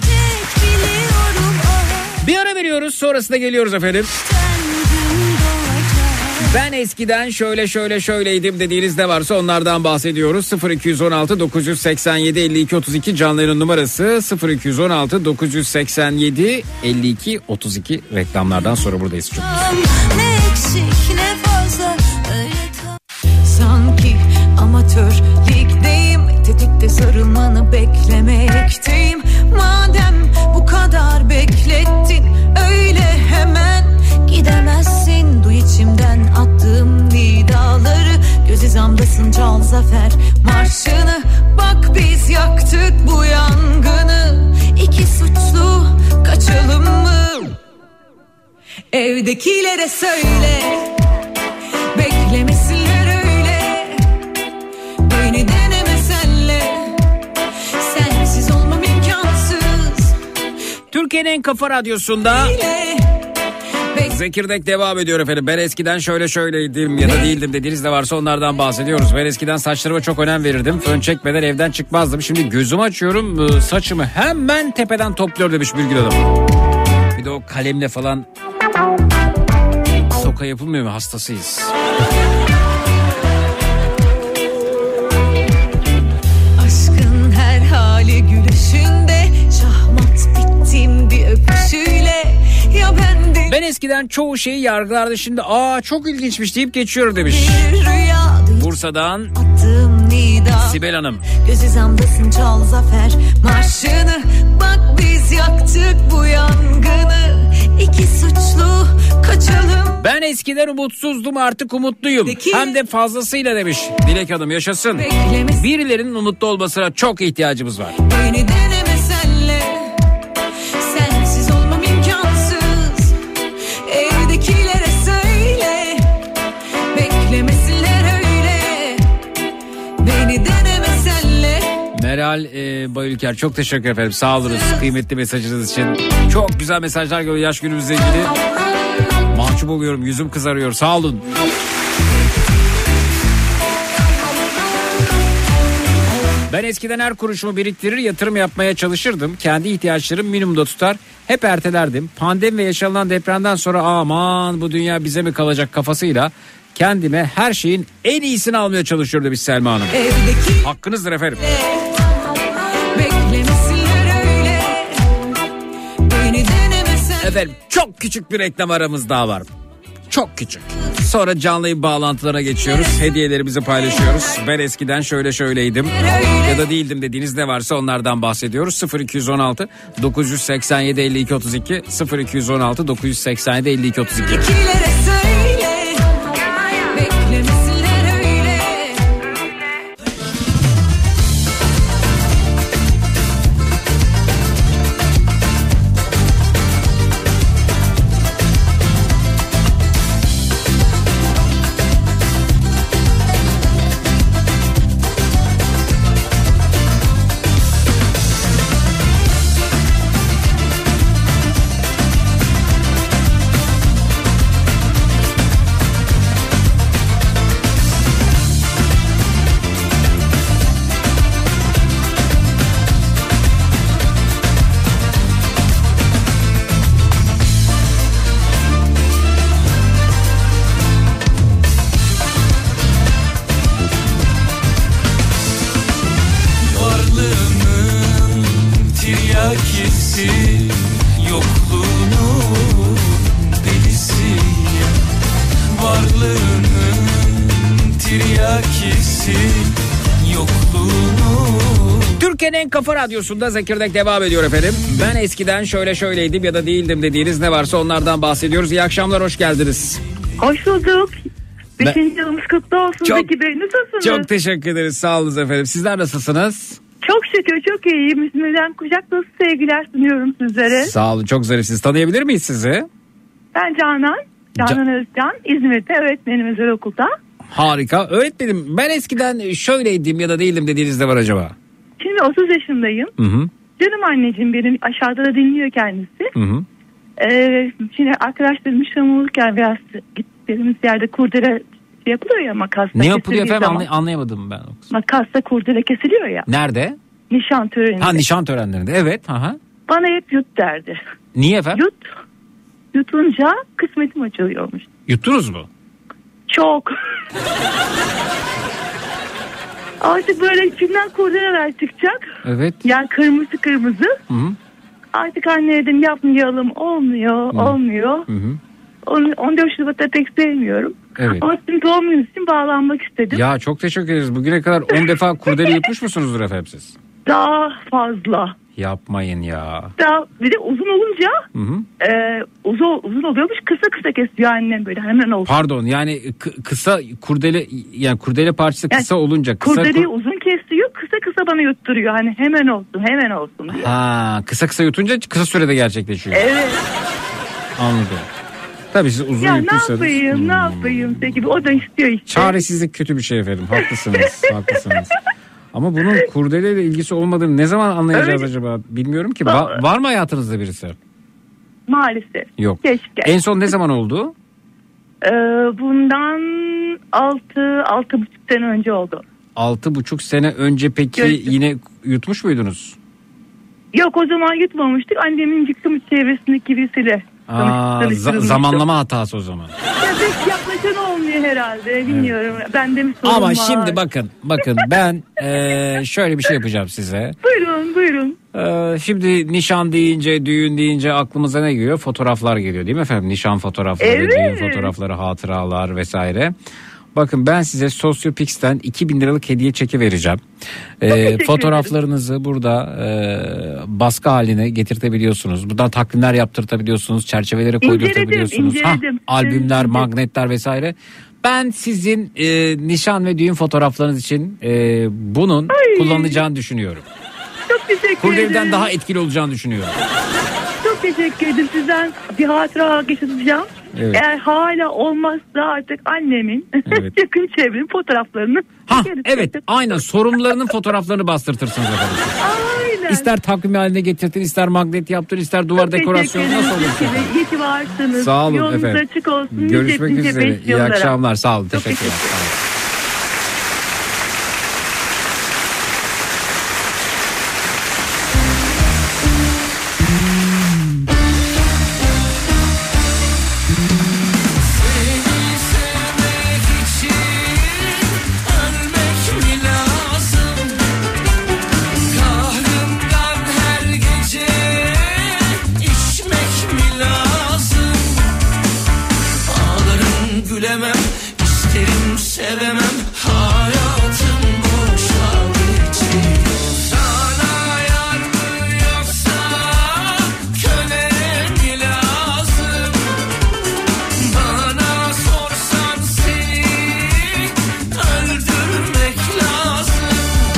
Bir ara veriyoruz, sonrasında geliyoruz efendim. Ben eskiden şöyle şöyle şöyleydim dediğiniz ne varsa onlardan bahsediyoruz. sıfır iki on altı dokuz yüz seksen yedi elli iki otuz iki canlı yayın numarası sıfır iki on altı dokuz yüz seksen yedi elli iki otuz iki reklamlardan sonra buradayız. Çok ne eksik ne fazla öyle tam... Sanki amatör ligdeyim, tetikte sarılmanı beklemekteyim. Madem bu kadar beklettin öyle hemen gidemezsin. Duy içimden attığım nidaları, göz hizamdasın, çal zafer marşını. Bak biz yaktık bu yangını, iki suçlu kaçalım mı? Evdekilere söyle, beklemesinler öyle. Beni deneme senle, sensiz olmam imkansız. Türkiye'nin en kafa radyosunda Zekirdek devam ediyor efendim. Ben eskiden şöyle şöyleydim ya da değildim dediğiniz de varsa onlardan bahsediyoruz. Ben eskiden saçlarıma çok önem verirdim. Fön çekmeden evden çıkmazdım. Şimdi gözümü açıyorum, saçımı hemen tepeden topluyor demiş Bilgül Hanım. Bir de o kalemle falan soka yapılmıyor mu? Hastasıyız. Aşkın her hali gülüşünde, şahmat bittim bir öpüşüyle. Ya ben de Ben eskiden çoğu şeyi yargılardı, şimdi aa çok ilginçmiş deyip geçiyorum demiş. Bursa'dan Sibel Hanım. Göz hizamdasın, çal zafer marşını. Bak biz yaktık bu yangını, iki suçlu kaçalım. Ben eskiden umutsuzdum, artık umutluyum. Peki. Hem de fazlasıyla demiş. Dilek Hanım yaşasın. Beklemesin. Birilerinin umutlu olmasına çok ihtiyacımız var. Beni deneme senle, sensiz olmam imkansız. Evdekilere söyle, beklemesinler öyle. Beni deneme senle. Meral e, Bayülker çok teşekkür ederim. Sağ olunuz kıymetli mesajınız için. Çok güzel mesajlar geliyor yaş günümüzle ilgili. Mahcup oluyorum, yüzüm kızarıyor. Sağ olun. Ben eskiden her kuruşumu biriktirir, yatırım yapmaya çalışırdım. Kendi ihtiyaçlarımı minimumda tutar, hep ertelerdim. Pandemi ve yaşanılan depremden sonra aman bu dünya bize mi kalacak kafasıyla kendime her şeyin en iyisini almaya çalışıyorum demiş Selma Hanım. Evdeki Hakkınızdır efendim. beklemesinler öyle. Beni deneme sen. Efendim çok küçük bir reklam aramız daha var. Çok küçük. Sonra canlı yayın bağlantılarına geçiyoruz. Hediyelerimizi paylaşıyoruz. Ben eskiden şöyle şöyleydim ya da değildim dediğiniz ne varsa onlardan bahsediyoruz. sıfır iki on altı dokuz yüz seksen yedi elli iki otuz iki sıfır iki on altı dokuz yüz seksen yedi elli iki otuz iki. Evdekilere söyle, beklemesinler öyle. bilirsin yokluğunu. Türkiye'nin en kafa radyosunda Zekirdek devam ediyor efendim. Ben eskiden şöyle şöyleydim ya da değildim dediğiniz ne varsa onlardan bahsediyoruz. İyi akşamlar, hoş geldiniz. Hoş bulduk. Beşinci yılımız kutlu olsun Çok- Zeki Bey. Nasılsınız? Çok teşekkür ederiz, sağ olun efendim. Sizler nasılsınız? Çok şükür çok iyiyim. İzmir'den kucak dolusu sevgiler sunuyorum sizlere. Sağ olun, çok zarifsiniz. Tanıyabilir miyiz sizi? Ben Canan. Canan Özcan. İzmir'de öğretmenim özel okulda. Harika. Öğretmenim, ben eskiden şöyleydim ya da değildim dediğiniz ne var acaba? Şimdi otuz yaşındayım. Hı hı. Canım anneciğim benim, aşağıda da dinliyor kendisi. Hı hı. Ee, şimdi arkadaşlarım işlem olurken biraz gittiğimiz yerde kurdele yapılıyor ya, makasla Ne yapılıyor kesildiği efendim, zaman. Anlay- anlayamadım ben. Makasla kurdele kesiliyor ya. Nerede? Nişan töreninde. Ha, nişan törenlerinde, evet. Aha. Bana hep yut derdi. Niye efendim? Yut. Yutunca kısmetim açılıyormuş. Yuttunuz mu? Çok. Artık böyle içinden kurdeleler çıkacak. Evet. Yani kırmızı kırmızı. Hı hı. Artık anne dedim yapmayalım. Olmuyor. Olmuyor. Hı hı. On- on dört Şubat'ta pek sevmiyorum. Evet. Ama sizin doğum gününüz için bağlanmak istedim. Ya çok teşekkür ederiz. Bugüne kadar on defa kurdele yutmuş musunuzdur efendim siz? Daha fazla. Yapmayın ya. Daha bir de uzun olunca Hı hı. e, uzun, uzun oluyormuş. Kısa kısa kesiyor annem böyle hemen olsun. Pardon, yani k- kısa kurdele, yani kurdele parçası Yani kısa olunca kısa Kurdeleyi kur- uzun kesiyor. Kısa kısa bana yutturuyor. Hani hemen olsun hemen olsun diyor. Ha, kısa kısa yutunca kısa sürede gerçekleşiyor. Evet. Anladım. Tabii siz uzun Ya ne yuttuysanız. yapayım Hmm. ne yapayım peki o da istiyor işte. Çaresizlik kötü bir şey efendim. Haklısınız. haklısınız. Ama bunun kurdeleyle ilgisi olmadığını ne zaman anlayacağız Öyle. acaba? Bilmiyorum ki. Va- var mı hayatınızda birisi? Maalesef. Yok. Keşke. En son ne zaman oldu? Ee, bundan altı altı buçuk sene önce oldu. Altı buçuk sene önce peki Gördüm. yine yutmuş muydunuz? Yok o zaman yutmamıştık. Annemin yıkım çevresindeki birisiyle Aa, tanış- za- tanıştırılmıştım. zamanlama hatası o zaman. Ya pek yaklaşan olmuyor herhalde. Bilmiyorum. Bende mi sorun Ama var? şimdi bakın bakın ben eee, şöyle bir şey yapacağım size. Buyurun buyurun. Eee, şimdi nişan deyince, düğün deyince aklımıza ne geliyor? Fotoğraflar geliyor değil mi efendim? Nişan fotoğrafları, Evet. düğün fotoğrafları, hatıralar vesaire. Bakın ben size Sosyopix'ten iki bin liralık hediye çeki vereceğim. Ee, teşekkür fotoğraflarınızı burada e, baskı haline getirtebiliyorsunuz. Buradan takvimler yaptırtabiliyorsunuz. Çerçevelere koydurtabiliyorsunuz. İnceledim, Ha, inceledim. albümler, İnceledim. magnetler vesaire. Ben sizin e, nişan ve düğün fotoğraflarınız için e, bunun Ay. kullanılacağını düşünüyorum. Çok teşekkür Kurdeliden ederim. daha etkili olacağını düşünüyorum. Çok teşekkür ederim. Sizden bir hatıra geçireceğim. Evet. Eğer hala olmazsa artık annemin Evet. yakın çevrenin fotoğraflarını Ha çekeriz. evet, aynen, sorumlularının fotoğraflarını bastırtırsınız efendim. Aynen. İster takvim haline getirtin, ister magnet yaptır, ister duvar Çok dekorasyonu, teşekkür nasıl ederim. olursa. İyi ki varsınız. Sağ olun Yolunuz efendim. açık olsun. Görüşmek Nice, nice üzere. beş İyi yıllara. akşamlar. Sağ olun. Çok Teşekkürler. teşekkür Sağ olun. Seni sevmek için ölmek mi lazım? Kahrımdan her gece içmek mi lazım? Ağlarım gülemem, isterim sevemem, hayatım boşa geçiyor. Sana yar mı yoksa köle mi lazım? Bana sorsan seni öldürmek lazım.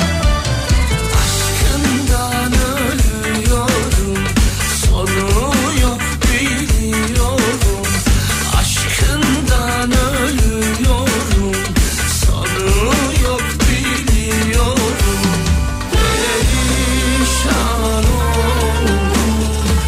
Aşkından ölüyorum, sonu yok biliyorum. Aşkından ölüyorum, sonu yok biliyorum. Perişan oldum,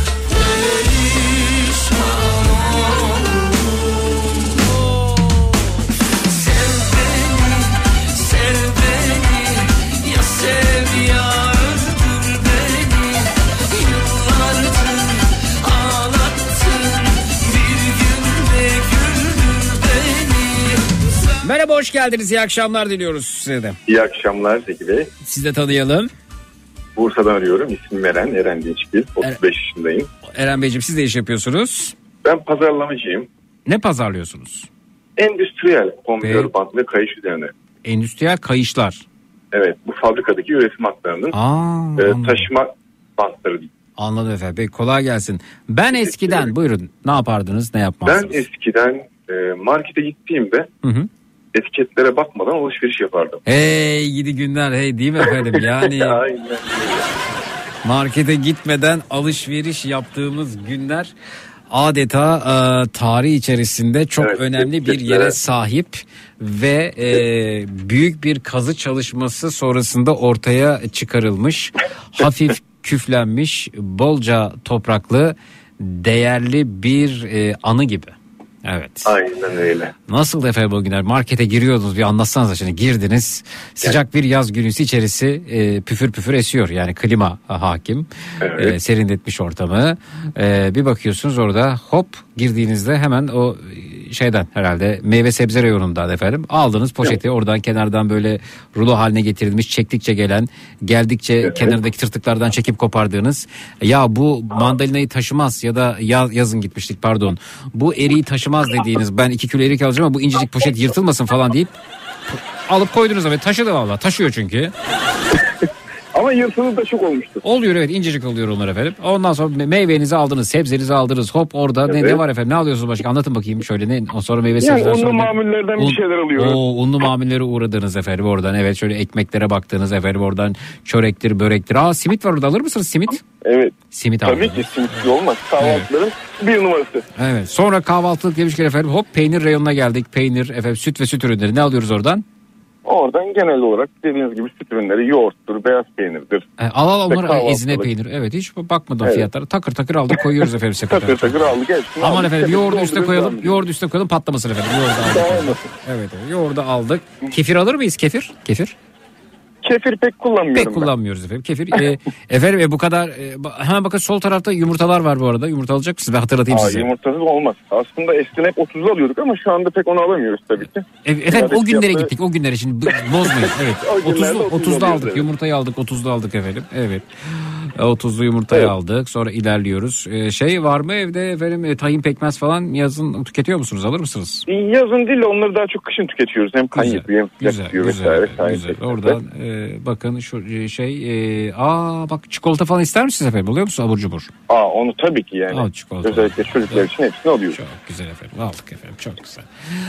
perişan oldum. Sev beni, sev beni, ya sev ya öldür beni. Yıllardır ağlattın, bir günde güldür beni. Merhaba, hoş geldiniz. İyi akşamlar diliyoruz size de. İyi akşamlar Zeki Bey. Siz de tanıyalım. Bursa'dan arıyorum. İsmim Eren, Eren Dinçgil. otuz beş yaşındayım. Eren Beyciğim, siz de iş yapıyorsunuz. Ben pazarlamacıyım. Ne pazarlıyorsunuz? Endüstriyel, konveyör Peki. bant ve kayış üzerine. Endüstriyel kayışlar. Evet, bu fabrikadaki üretim haklarının Aa, e, anladım. taşıma bantları değil. Anladım efendim. Peki, kolay gelsin. Ben eskiden buyurun ne yapardınız, ne yapmazsınız? Ben eskiden e, markete gittiğimde Hı hı. etiketlere bakmadan alışveriş yapardım. Hey gidi günler, hey değil mi efendim? Yani Aynen. markete gitmeden alışveriş yaptığımız günler adeta e, tarih içerisinde çok Evet, önemli bir etiketlere. yere sahip ve e, büyük bir kazı çalışması sonrasında ortaya çıkarılmış, hafif küflenmiş, bolca topraklı, değerli bir e, anı gibi. Evet. Aynen öyle. Nasıl efendim o günler? Markete giriyordunuz, bir anlatsanıza şimdi. Girdiniz. Sıcak bir yaz günüsü, içerisi e, püfür püfür esiyor. Yani klima hakim. Evet. E, serinletmiş ortamı. E, bir bakıyorsunuz orada hop girdiğinizde hemen o şeyden herhalde meyve sebze reyonundan efendim aldınız poşeti, oradan kenardan böyle rulo haline getirilmiş, çektikçe gelen, geldikçe Evet. kenardaki tırtıklardan çekip kopardığınız, ya bu mandalinayı taşımaz ya da yaz, yazın gitmiştik pardon, bu eriği taşımaz dediğiniz, ben iki kilo erik alacağım ama bu incecik poşet yırtılmasın falan deyip alıp koydunuz ama taşıdı valla, taşıyor çünkü. Ama yırtılı da çok olmuştu. Oluyor evet, incecik oluyor onlar efendim. Ondan sonra meyvenizi aldınız, sebzenizi aldınız, hop orada ne, Evet. ne var efendim, ne alıyorsunuz başka, anlatın bakayım şöyle, ne sonra meyve Yani sebzeler, unlu sonra ne- mamullerden bir şeyler alıyoruz. O unlu mamullere uğradınız efendim oradan, evet şöyle ekmeklere baktınız efendim oradan, çörektir börektir, aa simit var orada, alır mısınız simit? Evet. Simit Tabii aldınız. ki simitsiz olmaz. Kahvaltıların bir numarası. Evet, sonra kahvaltılık demişken efendim hop peynir reyonuna geldik, peynir efendim, süt ve süt ürünleri, ne alıyoruz oradan? Oradan genel olarak dediğiniz gibi süt ürünleri, yoğurttur, beyaz peynirdir. E, al al onları, kahvaltılık. ezine peynir, evet hiç bakmadan Evet. fiyatlara takır takır aldık koyuyoruz efendim sepete. Takır takır aldık hepsini. Aman aldık. efendim yoğurdu üstüne Dolduruyoruz, koyalım. devam ediyoruz. Yoğurdu üstüne koyalım, patlamasın efendim. Yoğurdu aldık. Daha olmasın. Evet, evet. Yoğurdu aldık. Kefir alır mıyız kefir? Kefir? Kefir pek kullanmıyorum Pek ben. kullanmıyoruz efendim. Kefir. E, efendim e, bu kadar. E, ba- hemen bakın sol tarafta yumurtalar var bu arada. Yumurta alacak mısınız? Ben hatırlatayım Aa, size. yumurtasız olmaz. Aslında eskiden hep otuzlu alıyorduk ama şu anda pek onu alamıyoruz tabii ki. E, efendim o Adet günlere fiyatı- gittik. O günlere şimdi b- bozmayın. Evet. O günlerde otuzlu, otuzlu otuzda alıyoruz, aldık. evet. Yumurtayı aldık. otuzda aldık efendim. Evet. E, otuzlu yumurtayı Evet. aldık. Sonra ilerliyoruz. E, şey var mı evde efendim, e, tahin pekmez falan yazın tüketiyor musunuz? Alır mısınız? Yazın değil de onları daha çok kışın tüketiyoruz. Hem kan Güzel, yapıyor hem sıcak güzel, tutuyor güzel, vesaire. güzel, Kan güzel. yapıyor. Oradan e, bakın şu e, şey, e, aa bak çikolata falan ister misiniz efendim? Oluyor musun abur cubur? Aa, onu tabii ki yani. Al çikolata. Özellikle çocuklar Evet. için hepsini alıyoruz. Çok güzel efendim. Aldık efendim. Çok güzel.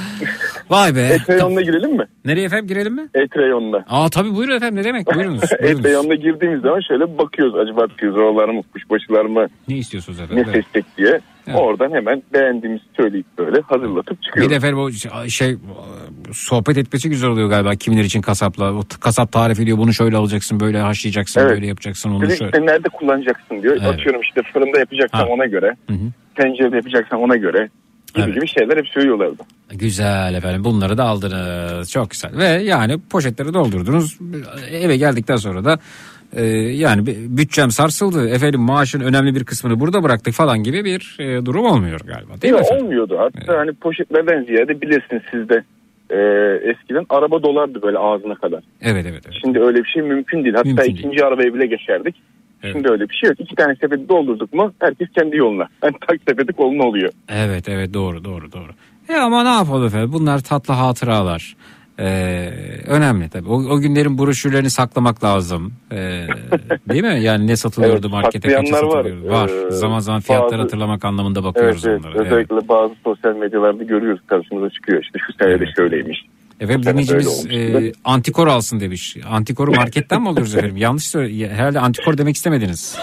Vay be. Et reyonuna girelim mi? Nereye efendim, girelim mi? Et reyonuna. Aa tabii buyurun efendim, ne demek, buyurunuz. Et buyurunuz. reyonuna girdiğimiz zaman şöyle bir bakıyoruz. Acaba pirzolar mı, kuşbaşılar mı, Ne istiyorsunuz ne efendim? Evet. seçtik diye. Evet. Oradan hemen beğendiğimizi söyleyip böyle hazırlatıp Bir çıkıyoruz. de efendim o şey, sohbet etmesi güzel oluyor galiba kimiler için kasapla. O t- kasap tarif ediyor, bunu şöyle alacaksın, böyle haşlayacaksın, Evet. böyle yapacaksın, onu Bir de şöyle. işte nerede kullanacaksın diyor. Evet. Atıyorum işte fırında yapacaksan Ha. ona göre. Hı hı. Tencerede yapacaksan ona göre. Gibi Evet. gibi şeyler hep söylüyorlardı. Güzel efendim, bunları da aldınız, çok güzel. Ve yani poşetleri doldurdunuz, eve geldikten sonra da e, yani bir bütçem sarsıldı efendim, maaşın önemli bir kısmını burada bıraktık falan gibi bir e, durum olmuyor galiba, değil mi Yok, efendim? olmuyordu. Hatta Evet. hani poşetlerden ziyade bilirsiniz siz de e, eskiden araba dolardı böyle ağzına kadar. Evet evet evet. Şimdi öyle bir şey mümkün değil. Hatta Mümkün ikinci arabaya bile geçerdik. Evet. Şimdi öyle bir şey yok. İki tane sepeti doldurduk mu herkes kendi yoluna. Yani tak sepeti koluna oluyor. Evet evet, doğru doğru doğru. E ama ne yapalım efendim, bunlar tatlı hatıralar. Ee, önemli tabii. O, o günlerin broşürlerini saklamak lazım. Ee, değil mi? Yani ne satılıyordu Evet, markete, kaça saklayanlar var. satılıyordu. Var. Ee, Zaman zaman fiyatları bazı- hatırlamak anlamında Evet, bakıyoruz evet. onlara. Evet. Özellikle bazı sosyal medyalarda görüyoruz, karşımıza çıkıyor. İşte şu sene de Evet. şöyleymiş. Efendim Bu sene dinleyicimiz böyle olmuş. e, antikor alsın demiş. Antikoru marketten mi alıyoruz efendim? Yanlış söyle. Herhalde antikor demek istemediniz.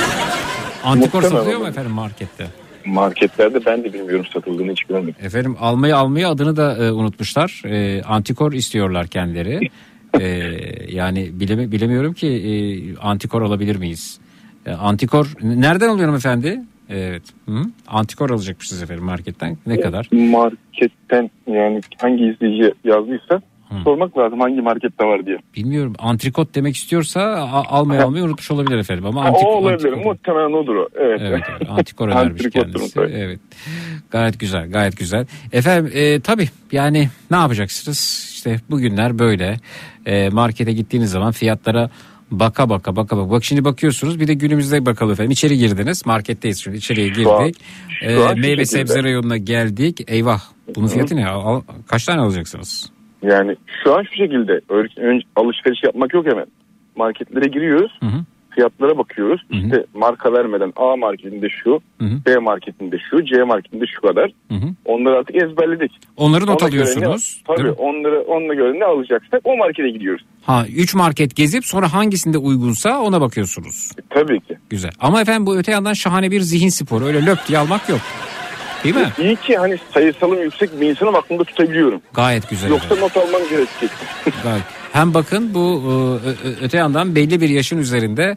Antikor Muhtemelen satılıyor mu olur. efendim markette? Marketlerde ben de bilmiyorum, satıldığını hiç görmedim. Efendim almayı almayı adını da e, unutmuşlar. E, antikor istiyorlar kendileri. E, yani bilemi, bilemiyorum ki e, antikor alabilir miyiz? E, antikor nereden alıyorum efendi? Evet. Hı? Antikor alacakmışız efendim marketten. Ne kadar? Marketten, yani hangi izleyici yazdıysa sormak lazım hangi markette var diye. Bilmiyorum. Antrikot demek istiyorsa a- almayı almayı unutmuş olabilir efendim. Ama Ha, antik, o olabilir. antikor- Muhtemelen odur o. Evet. Evet, evet. Antikor önermiş Antrikottur kendisi. muhtemelen. Evet. Gayet güzel, gayet güzel. Efendim e, tabii yani ne yapacaksınız? İşte bugünler böyle. E, markete gittiğiniz zaman fiyatlara baka baka baka baka. Bak şimdi bakıyorsunuz, bir de günümüzde bakalım efendim. İçeri girdiniz. Marketteyiz şimdi. İçeriye Şu an- girdik. şu E, an şu meyve şekilde. sebze reyonuna geldik. Eyvah. Bunun fiyatı ne? Al- kaç tane alacaksınız? Yani şu an şu şekilde önce alışveriş yapmak yok hemen. Marketlere giriyoruz. Hı hı. Fiyatlara bakıyoruz. Hı hı. İşte marka vermeden A marketinde şu, hı hı. B marketinde şu, C marketinde şu kadar. Hı hı. Onları artık ezberledik. Onları not Ona alıyorsunuz. Ne, tabii onları onunla göre ne alacaksak o markete gidiyoruz. Ha, üç market gezip sonra hangisinde uygunsa ona bakıyorsunuz. E, tabii ki. Güzel. Ama efendim bu öte yandan şahane bir zihin sporu. Öyle löp diye almak yok. Değil mi? İyi ki hani sayısalım yüksek bir insanım, aklımda tutabiliyorum. Gayet güzel. Yoksa efendim. not almam gerekecek. Gayet. Hem bakın bu öte yandan belli bir yaşın üzerinde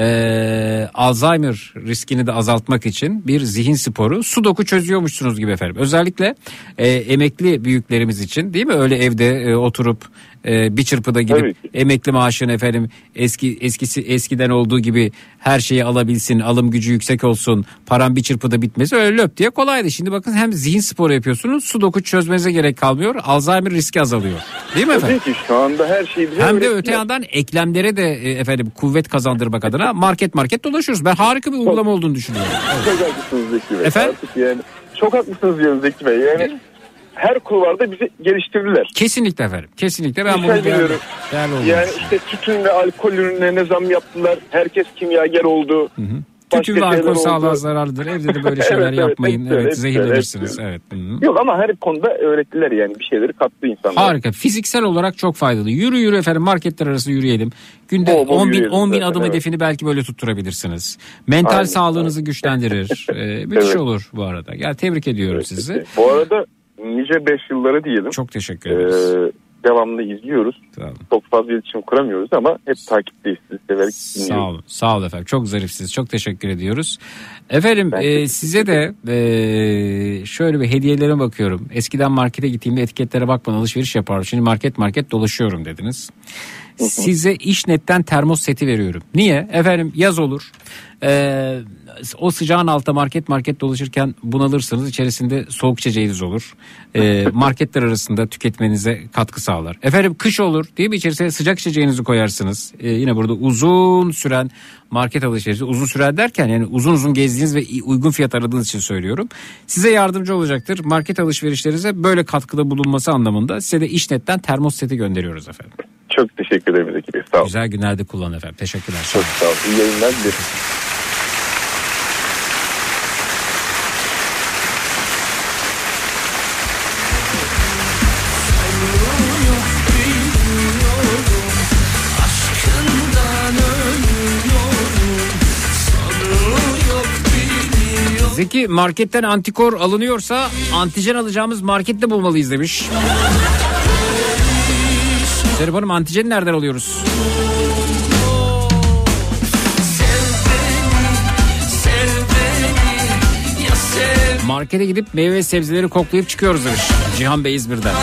e, Alzheimer riskini de azaltmak için bir zihin sporu, sudoku çözüyormuşsunuz gibi efendim. Özellikle e, emekli büyüklerimiz için, değil mi? Öyle evde e, oturup e, bir çırpıda gidip emekli maaşını efendim eski eskisi eskiden olduğu gibi her şeyi alabilsin, alım gücü yüksek olsun, param bir çırpıda bitmesi öyle löp diye kolaydı. Şimdi bakın hem zihin sporu yapıyorsunuz, sudoku çözmenize gerek kalmıyor, Alzheimer riski azalıyor. Değil mi efendim? Tabii ki şu anda her şeyi bize hem de öğrettiler. öte yandan eklemlere de e, efendim kuvvet kazandırmak adına market market dolaşıyoruz. Ben harika bir uygulama olduğunu düşünüyorum. Evet. Çok haklısınız Zeki Bey. Efendim? Artık yani çok haklısınız diyorum Zeki Bey. Yani her kulvarda bizi geliştirdiler. Kesinlikle efendim. Kesinlikle ben Güzel bunu değerli, değerli olduğunu Yani işte tütün ve alkol ürünlerine zam yaptılar. Herkes kimyager oldu. Hı hı. Tütün ve alkol sağlığa zararlıdır. Evde de böyle şeyler evet, yapmayın. Evet, evet, evet zehirlenirsiniz. Evet. Evet. Hı-hı. Yok ama her konuda öğrettiler yani, bir şeyleri kattı insanlar. Harika. Fiziksel olarak çok faydalı. Yürü yürü efendim, marketler arası yürüyelim. Günde bol bol on bin, on bin zaten, adım evet. hedefini belki böyle tutturabilirsiniz. Mental Aynen, sağlığınızı aynen. güçlendirir. Ee, müthiş Evet. olur bu arada. Gel tebrik ediyorum evet, sizi. Peki. Bu arada nice beş yılları diyelim. Çok teşekkür ederiz. Ee, devamlı izliyoruz. Çok fazla iletişim kuramıyoruz ama hep takipteyiz. Sizi severek dinliyoruz. Sağ olun. Sağ olun efendim. Çok zarifsiniz. Çok teşekkür ediyoruz. Efendim e, size de e, şöyle bir hediyelere bakıyorum. Eskiden markete gittiğimde etiketlere bakmadan alışveriş yapardım. Şimdi market market dolaşıyorum dediniz. Hı hı. Size İşnet'ten termos seti veriyorum. Niye? Efendim yaz olur. Ee, o sıcağın altında market market dolaşırken bunalırsınız. İçerisinde soğuk içeceğiniz olur. Ee, marketler arasında tüketmenize katkı sağlar. Efendim kış olur değil mi? İçerisine sıcak içeceğinizi koyarsınız. Ee, yine burada uzun süren market alışverişi, uzun süren derken yani uzun uzun gezdiğiniz ve uygun fiyat aradığınız için söylüyorum. Size yardımcı olacaktır. Market alışverişlerinize böyle katkıda bulunması anlamında size de İşnet'ten termos seti gönderiyoruz efendim. Çok teşekkür ederim Zeki Bey. Sağ olun. Güzel günlerde kullanın efendim. Teşekkürler. Çok sağ olun. İyi yayınlar dilerim. Zeki, marketten antikor alınıyorsa antijen alacağımız markette bulmalıyız demiş. Serap Hanım, antijeni nereden alıyoruz? Markete gidip meyve ve sebzeleri koklayıp çıkıyoruz demiş Cihan Bey İzmir'den.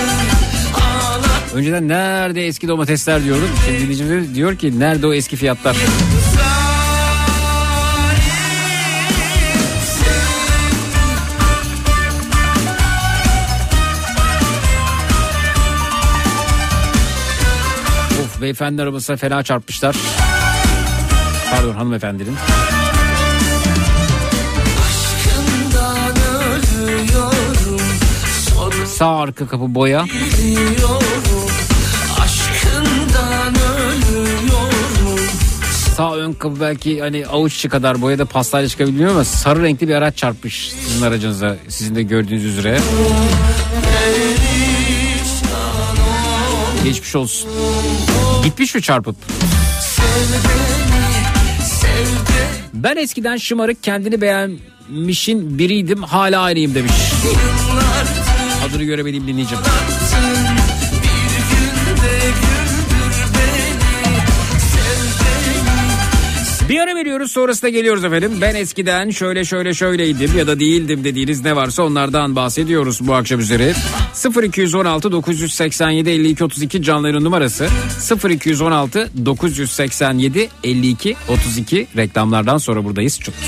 Önceden nerede eski domatesler diyorduk. Şimdi dinleyicimiz diyor ki nerede o eski fiyatlar? Of, beyefendi arabasına fena çarpmışlar. Pardon, hanımefendinin. Sağ arka kapı boya. Sağ ön kapı belki hani avuç içi kadar boyada pastayla çıkabiliyor ama sarı renkli bir araç çarpmış sizin aracınıza, sizin de gördüğünüz üzere. Geçmiş olsun. Gitmiş mi çarpıp? Ben eskiden şımarık, kendini beğenmişin biriydim, hala aynıyım demiş. Adını göremediğim dinleyeceğim. Bir ara veriyoruz, sonrasında geliyoruz efendim. Ben eskiden şöyle şöyle şöyleydim ya da değildim dediğiniz ne varsa onlardan bahsediyoruz bu akşam üzere. sıfır iki on altı dokuz seksen yedi elli iki otuz iki canlı numarası sıfır iki on altı dokuz seksen yedi elli iki otuz iki, reklamlardan sonra buradayız. Çut.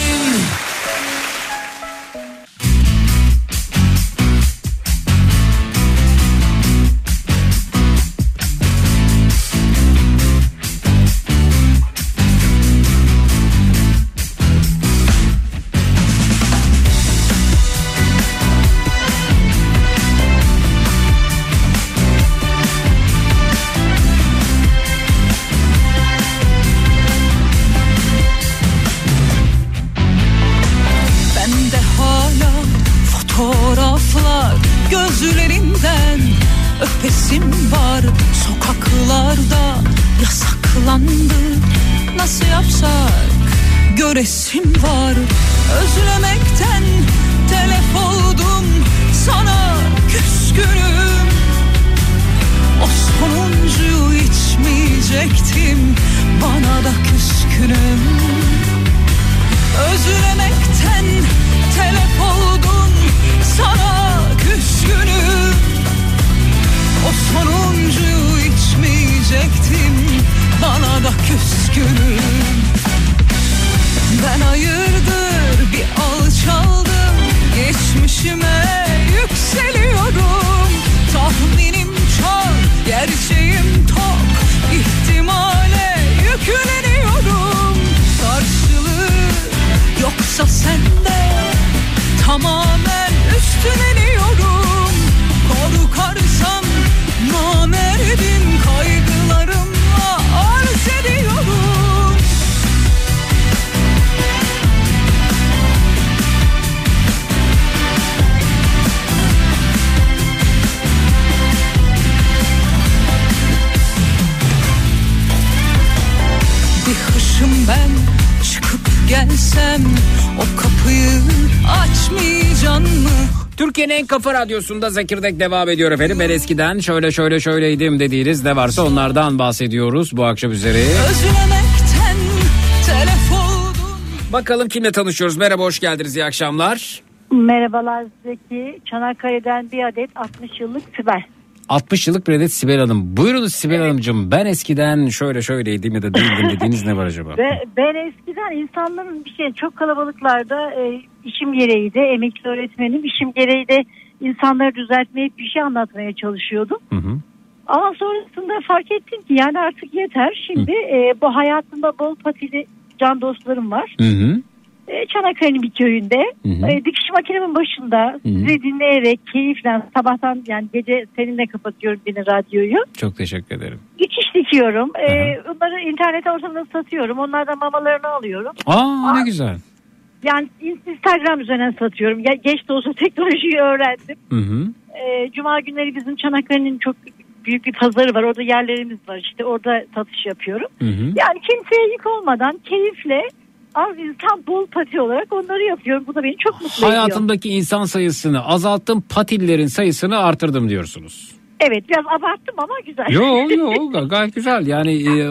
fotoğraflar gözlerinden öpesim var. Sokaklarda yasaklandı, nasıl yapsak göresim var. Özlemekten telef oldum, sana küskünüm. O sonuncuyu içmeyecektim, bana da küskünüm. Özlemekten telef oldum, sana küskünüm. O sonuncuyu içmeyecektim, bana da küskünüm. Ben hayırdır bir alçaldım, geçmişime yükseliyorum. Tahminim çok, gerçeğim tok, ihtimale yükleniyorum. Karşılığı yoksa sende, tamamen üstleniyorum. Korkarsam namerdim, kaygılarımla arz ediyorum. Bir hışım ben çıkıp gelsem, o kapıyı açmayacaksın mı? Türkiye'nin en kafa radyosunda Zekirdek devam ediyor efendim. Ben eskiden şöyle şöyle şöyleydim dediğiniz ne varsa onlardan bahsediyoruz bu akşam üzeri. Özlemekten telef oldum. Bakalım kimle tanışıyoruz? Merhaba, hoş geldiniz, iyi akşamlar. Merhabalar Zeki. Çanakkale'den bir adet altmış yıllık Sibel. altmış yıllık bir adet Sibel Hanım. Buyurunuz Sibel evet. Hanımcığım. Ben eskiden şöyle şöyleydim ya da değildim dediğiniz ne var acaba? Ve ben eskiden insanların bir şey çok kalabalıklarda e, işim gereği de emekli öğretmenim işim gereği de insanları düzeltmeyip bir şey anlatmaya çalışıyordum. Hı hı. Ama sonrasında fark ettim ki yani artık yeter. Şimdi e, bu hayatımda bol patili can dostlarım var. Hı hı. Çanakkale'nin bir köyünde e, dikiş makinemin başında hı hı. sizi dinleyerek keyifle sabahtan yani gece seninle kapatıyorum yine radyoyu. Çok teşekkür ederim. Dikiş dikiyorum. E, onları internet ortamında satıyorum. Onlardan mamalarını alıyorum. Aa, Aa ne güzel. Yani Instagram üzerinden satıyorum. Ya, geç de olsa teknolojiyi öğrendim. Hı hı. E, Cuma günleri bizim Çanakkale'nin çok büyük bir pazarı var. Orada yerlerimiz var. İşte orada satış yapıyorum. Hı hı. Yani kimseye yük olmadan keyifle az insan bol pati olarak onları yapıyorum. Bu da beni çok mutlu ediyor. Hayatımdaki insan sayısını azalttım, patillerin sayısını artırdım diyorsunuz. Evet, biraz abarttım ama güzel. Yok yok gayet güzel. Yani e,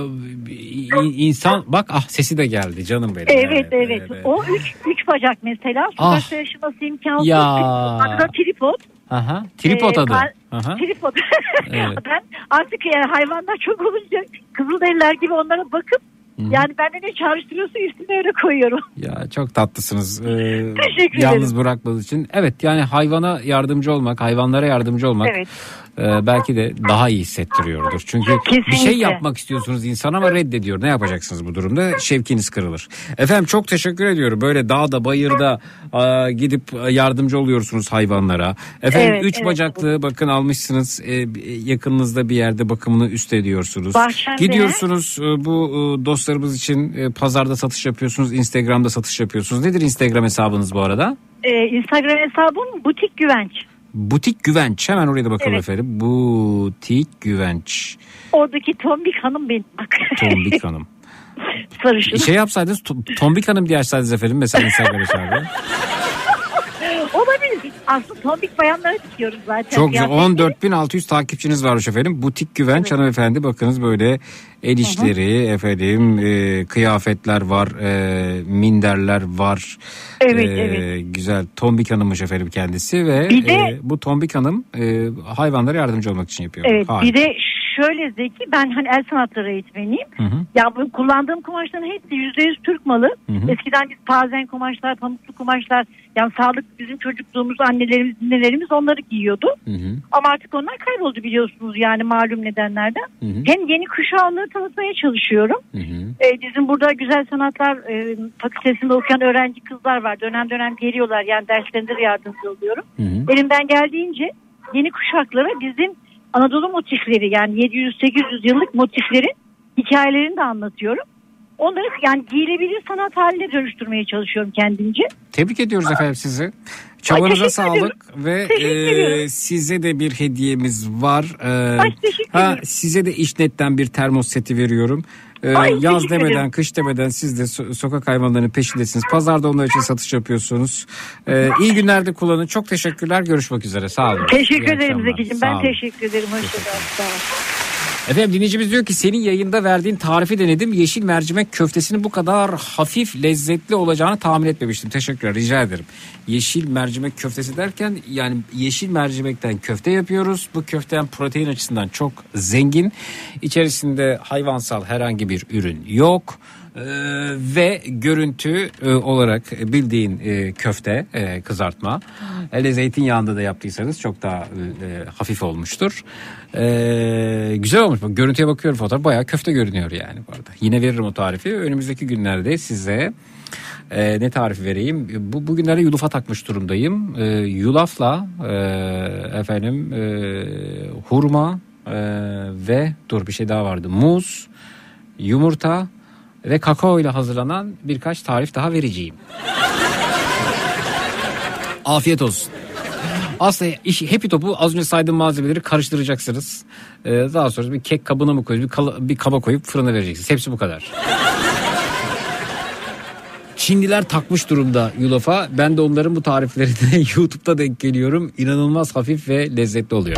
insan bak ah sesi de geldi canım benim. Evet evet. evet. evet. O üç, üç bacak mesela. Sokakta ah. yaşaması imkansız. Ya. Adı da tripod. Aha, tripod adı. Ee, Aha. Tripod. Evet. Ben artık yani hayvanlar çok olunca Kızılderililer gibi onlara bakıp Hı-hı. yani benden ne çağrıştırıyorsa üstüne öyle koyuyorum. Ya çok tatlısınız. Ee, Teşekkür yalnız ederim. bırakmadığınız için. Evet yani hayvana yardımcı olmak, hayvanlara yardımcı olmak evet. e, belki de daha iyi hissettiriyordur. Çünkü kesinlikle. Bir şey yapmak istiyorsunuz insan ama reddediyor. Ne yapacaksınız bu durumda? Şevkiniz kırılır. Efendim çok teşekkür ediyorum. Böyle dağda, bayırda e, gidip yardımcı oluyorsunuz hayvanlara. Efendim evet, üç evet, bacaklı evet. bakın almışsınız. E, yakınınızda bir yerde bakımını üstleniyorsunuz. Bahçemde. Gidiyorsunuz e, bu e, dostlarımız için e, pazarda satış yapıyorsunuz. Instagram'da satış yapıyorsunuz. Nedir Instagram hesabınız bu arada? Ee, Instagram hesabım Butik Güvenç. Butik Güvenç. Hemen oraya da bakalım evet. efendim. Butik Güvenç. Oradaki Tombik Hanım benim. Tombik Hanım. Sarışın. Şey yapsaydınız Tombik Hanım diye açsaydınız efendim. Mesela Instagram hesabı. Olabilir. Aslında tombik bayanları dikiyoruz zaten. Çok güzel. on dört bin altı yüz takipçiniz varmış efendim. Butik Güvenç evet. hanımefendi. Bakınız böyle el işleri Hı-hı. efendim e, kıyafetler var. E, minderler var. Evet, e, evet. Güzel. Tombik Hanım'mış efendim kendisi ve bir de, e, bu Tombik Hanım e, hayvanlara yardımcı olmak için yapıyor. Evet. Harika. Bir de şöyle Zeki, ben hani el sanatları eğitmeniyim. Hı hı. Ya bu kullandığım kumaşların hepsi yüzde yüz Türk malı. Hı hı. Eskiden biz pazen kumaşlar, pamuklu kumaşlar, yani sağlık bizim çocukluğumuz, annelerimiz, nelerimiz onları giyiyordu. Hı hı. Ama artık onlar kayboldu biliyorsunuz yani malum nedenlerden. Hı hı. Hem yeni kuşağı onları tanıtmaya çalışıyorum. Hı hı. Ee, bizim burada Güzel Sanatlar e, Fakültesinde okuyan öğrenci kızlar var. Dönem dönem geliyorlar, yani derslerinde de yardımcı oluyorum. Hı hı. Elimden geldiğince yeni kuşaklara bizim Anadolu motifleri, yani yedi yüz sekiz yüz yıllık motiflerin hikayelerini de anlatıyorum. Onları yani giyilebilir sanat haline dönüştürmeye çalışıyorum kendimce. Tebrik ediyoruz efendim sizi. Çabanıza Ay, sağlık ve e, size de bir hediyemiz var. E, Ay, teşekkür ha, ederim. size de İşnet'ten bir termos seti veriyorum. E, Ay, yaz teşekkür demeden, ederim. kış demeden siz de so- sokak hayvanlarının peşindesiniz. Pazarda onlar için satış yapıyorsunuz. E, iyi günlerde kullanın. Çok teşekkürler. Görüşmek üzere. Sağ olun. Teşekkür İyi ederim akşamlar. Zeki'ciğim. Sağ Ben olun. teşekkür ederim. Hoşçakalın. Sağ olun. Efendim dinleyicimiz diyor ki senin yayında verdiğin tarifi denedim. Yeşil mercimek köftesinin bu kadar hafif lezzetli olacağını tahmin etmemiştim. Teşekkürler, rica ederim. Yeşil mercimek köftesi derken yani yeşil mercimekten köfte yapıyoruz. Bu köften protein açısından çok zengin. İçerisinde hayvansal herhangi bir ürün yok. Ee, ve görüntü e, olarak bildiğin e, köfte e, kızartma. Hele zeytinyağında da yaptıysanız çok daha e, hafif olmuştur. E, güzel olmuş. Bak, görüntüye bakıyorum, fotoğraf bayağı köfte görünüyor yani bu arada. Yine veririm o tarifi. Önümüzdeki günlerde size e, ne tarifi vereyim? Bu bugünlerde yulafa takmış durumdayım. E, yulafla e, efendim e, hurma e, ve dur bir şey daha vardı. Muz, yumurta ve kakao ile hazırlanan birkaç tarif daha vereceğim. Afiyet olsun. Aslında iş, Happy Top'u az önce saydığım malzemeleri karıştıracaksınız. Ee, daha sonra bir kek kabına mı koyup bir, kala, bir kaba koyup fırına vereceksiniz. Hepsi bu kadar. Çinliler takmış durumda yulafa. Ben de onların bu tariflerine YouTube'da denk geliyorum. İnanılmaz hafif ve lezzetli oluyor.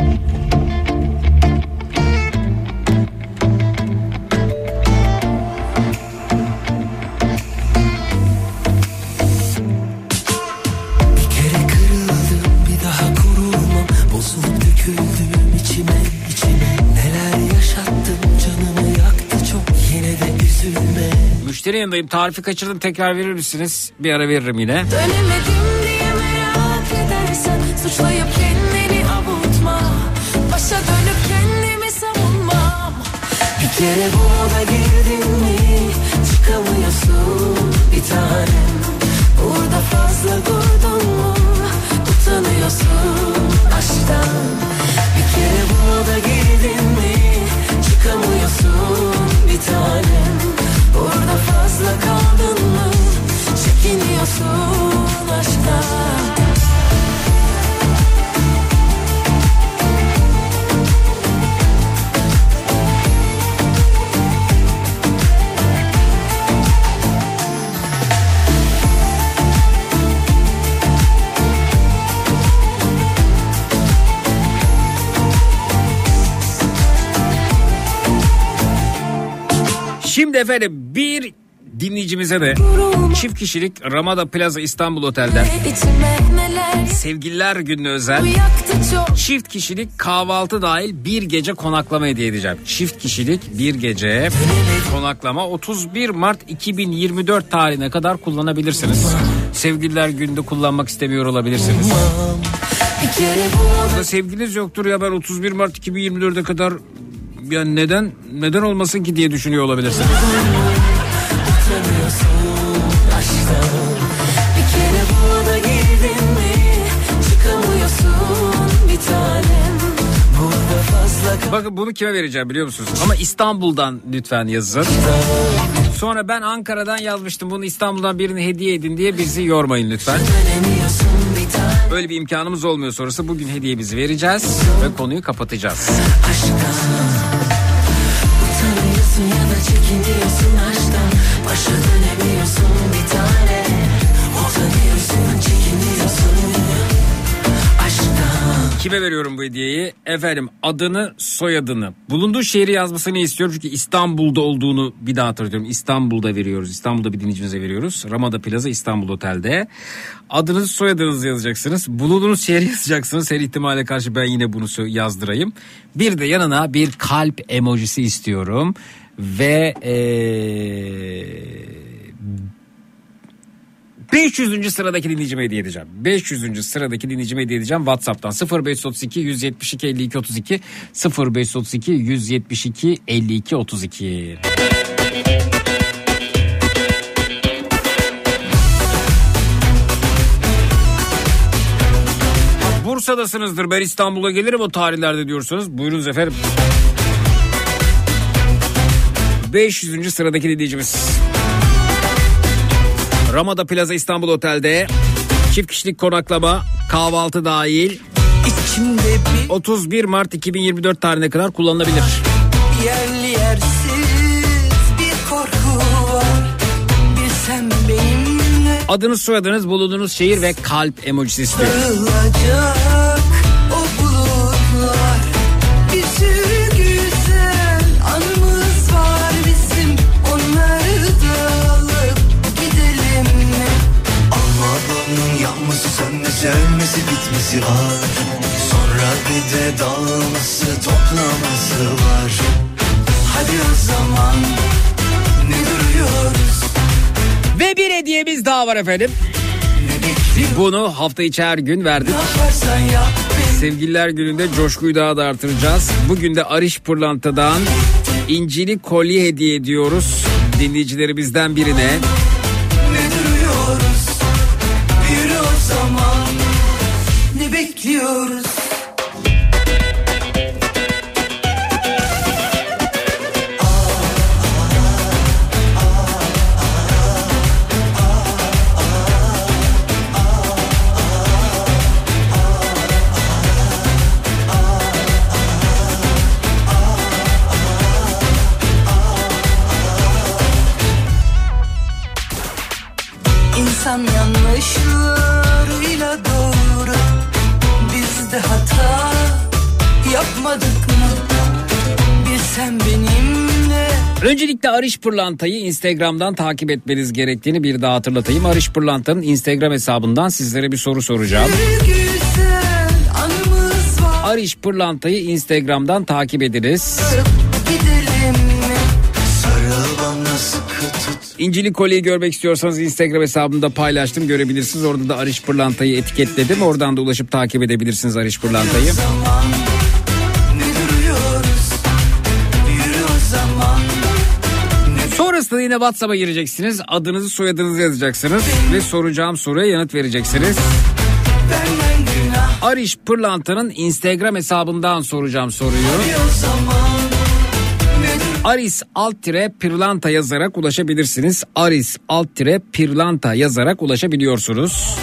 Döküldüm içime içime, neler yaşattım, canımı yaktı çok, yine de üzülme. Müşteri yanındayım, tarifi kaçırdım, tekrar verir misiniz? Bir ara veririm yine. Dönemedim diye merak edersen suçlayıp kendini avutma. Başa dönüp kendimi savunmam. Bir kere burada girdin mi çıkamıyorsun bir tanem. Burada fazla durdun mu utanıyorsun aşktan. Bir kere burada girdin mi çıkamıyorsun bir tanem. Burada fazla kaldın mı çekiniyorsun aşktan. Şimdi efendim bir dinleyicimize de çift kişilik Ramada Plaza İstanbul Otel'den Sevgililer Günü'ne özel çift kişilik kahvaltı dahil bir gece konaklama hediye edeceğim. Çift kişilik bir gece konaklama otuz bir Mart iki bin yirmi dört tarihine kadar kullanabilirsiniz. Sevgililer Günü'nde kullanmak istemiyor olabilirsiniz. Burada sevgiliniz yoktur ya, ben otuz bir Mart iki bin yirmi dörde kadar yani neden neden olmasın ki diye düşünüyor olabilirsiniz. Bakın bunu kime vereceğim biliyor musunuz? Ama İstanbul'dan lütfen yazın. Sonra ben Ankara'dan yazmıştım, bunu İstanbul'dan birine hediye edin diye bizi yormayın lütfen. Böyle bir imkanımız olmuyor sonrası. Bugün hediyemizi vereceğiz ve konuyu kapatacağız. Utanıyorsun ya da çekiniyorsun aşktan, başa dönemiyorsun bir tane. Utanıyorsun, çekiniyorsun aşktan. Kime veriyorum bu hediyeyi? Efendim adını, soyadını, bulunduğu şehri yazmasını istiyorum. Çünkü İstanbul'da olduğunu bir daha hatırlıyorum. İstanbul'da veriyoruz. İstanbul'da bir dinleyicimize veriyoruz. Ramada Plaza İstanbul Otel'de. Adınızı, soyadınızı yazacaksınız. Bulunduğunuz şehri yazacaksınız. Her ihtimale karşı ben yine bunu yazdırayım. Bir de yanına bir kalp emojisi istiyorum. Ve ee... beş yüzüncü sıradaki dinleyicime hediye edeceğim. beş yüzüncü sıradaki dinleyicime hediye edeceğim. WhatsApp'tan sıfır beş otuz iki yüz yetmiş iki elli iki otuz iki sıfır beş otuz iki yüz yetmiş iki elli iki otuz iki. Bursa'dasınızdır, ben İstanbul'a gelirim o tarihlerde diyorsanız buyurunuz efendim. beş yüzüncü sıradaki dinleyicimiz Ramada Plaza İstanbul Otel'de Çift kişilik konaklama, kahvaltı dahil. İçimde bir otuz bir Mart iki bin yirmi dört tarihine kadar kullanılabilir. yerli yersiz bir korku var. Bir sen benimle Adınız, soyadınız, bulunduğunuz şehir ve kalp emojisi istiyor. sarılacak o bulutlar. Bir sürü güzel anımız var bizim. Onları da alıp gidelim mi? Ama bunun yapması sönmesi sevmesi bitmesi var. Sonra bir de dağılması toplaması var. Hadi o zaman ne duruyoruz? Ve bir hediyemiz daha var efendim. Bunu hafta içi her gün verdik. Yaparsan yap beni. Sevgililer gününde coşkuyu daha da artıracağız. Bugün de Ariş Pırlanta'dan incili kolye hediye ediyoruz dinleyicilerimizden birine. Ne duruyoruz? Yürü o zaman. Ne bekliyoruz? İnsan yanlışlarıyla doğru. Biz de hata yapmadık mı? Bir sen benimle. Öncelikle Ariş Pırlanta'yı Instagram'dan takip etmeniz gerektiğini bir daha hatırlatayım. Ariş Pırlanta'nın Instagram hesabından sizlere bir soru soracağım. Güzel anımız var. Ariş Pırlanta'yı Instagram'dan takip ediniz. Gidelim mi? Sarıl bana sıkı tut. İncili kolyeyi görmek istiyorsanız Instagram hesabımda paylaştım, görebilirsiniz. Orada da Ariş Pırlanta'yı etiketledim. Oradan da ulaşıp takip edebilirsiniz Ariş Pırlanta'yı. Zaman ne duruyoruz? Yürü o zaman. Sonrasında yine WhatsApp'a gireceksiniz. Adınızı, soyadınızı yazacaksınız ve soracağım soruya yanıt vereceksiniz. Benden günah. Ariş Pırlanta'nın Instagram hesabından soracağım soruyu. O zaman ne dur- Aris alt tire Pırlanta yazarak ulaşabilirsiniz. Aris alt tire Pırlanta yazarak ulaşabiliyorsunuz.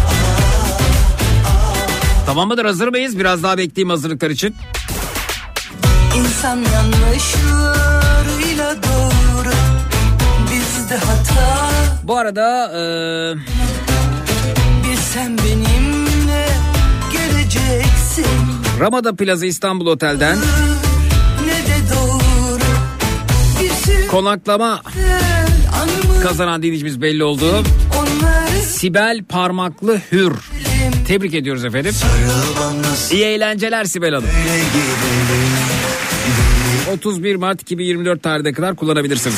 Tamam mıdır? Hazır mıyız? Biraz daha bekleyeyim hazırlıklar için. İnsan yanlışlarıyla doğru. Bizde hata. Bu arada eee Bir sen benimle geleceksin. Ramada Plaza İstanbul Otel'den Ne de doğru. Bir sürü konaklama anımız. kazanan dinleyicimiz belli oldu. Onları Sibel Parmaklı Hür. Tebrik ediyoruz efendim. İyi eğlenceler Sibel Hanım. otuz bir Mart iki bin yirmi dört tarihine kadar kullanabilirsiniz.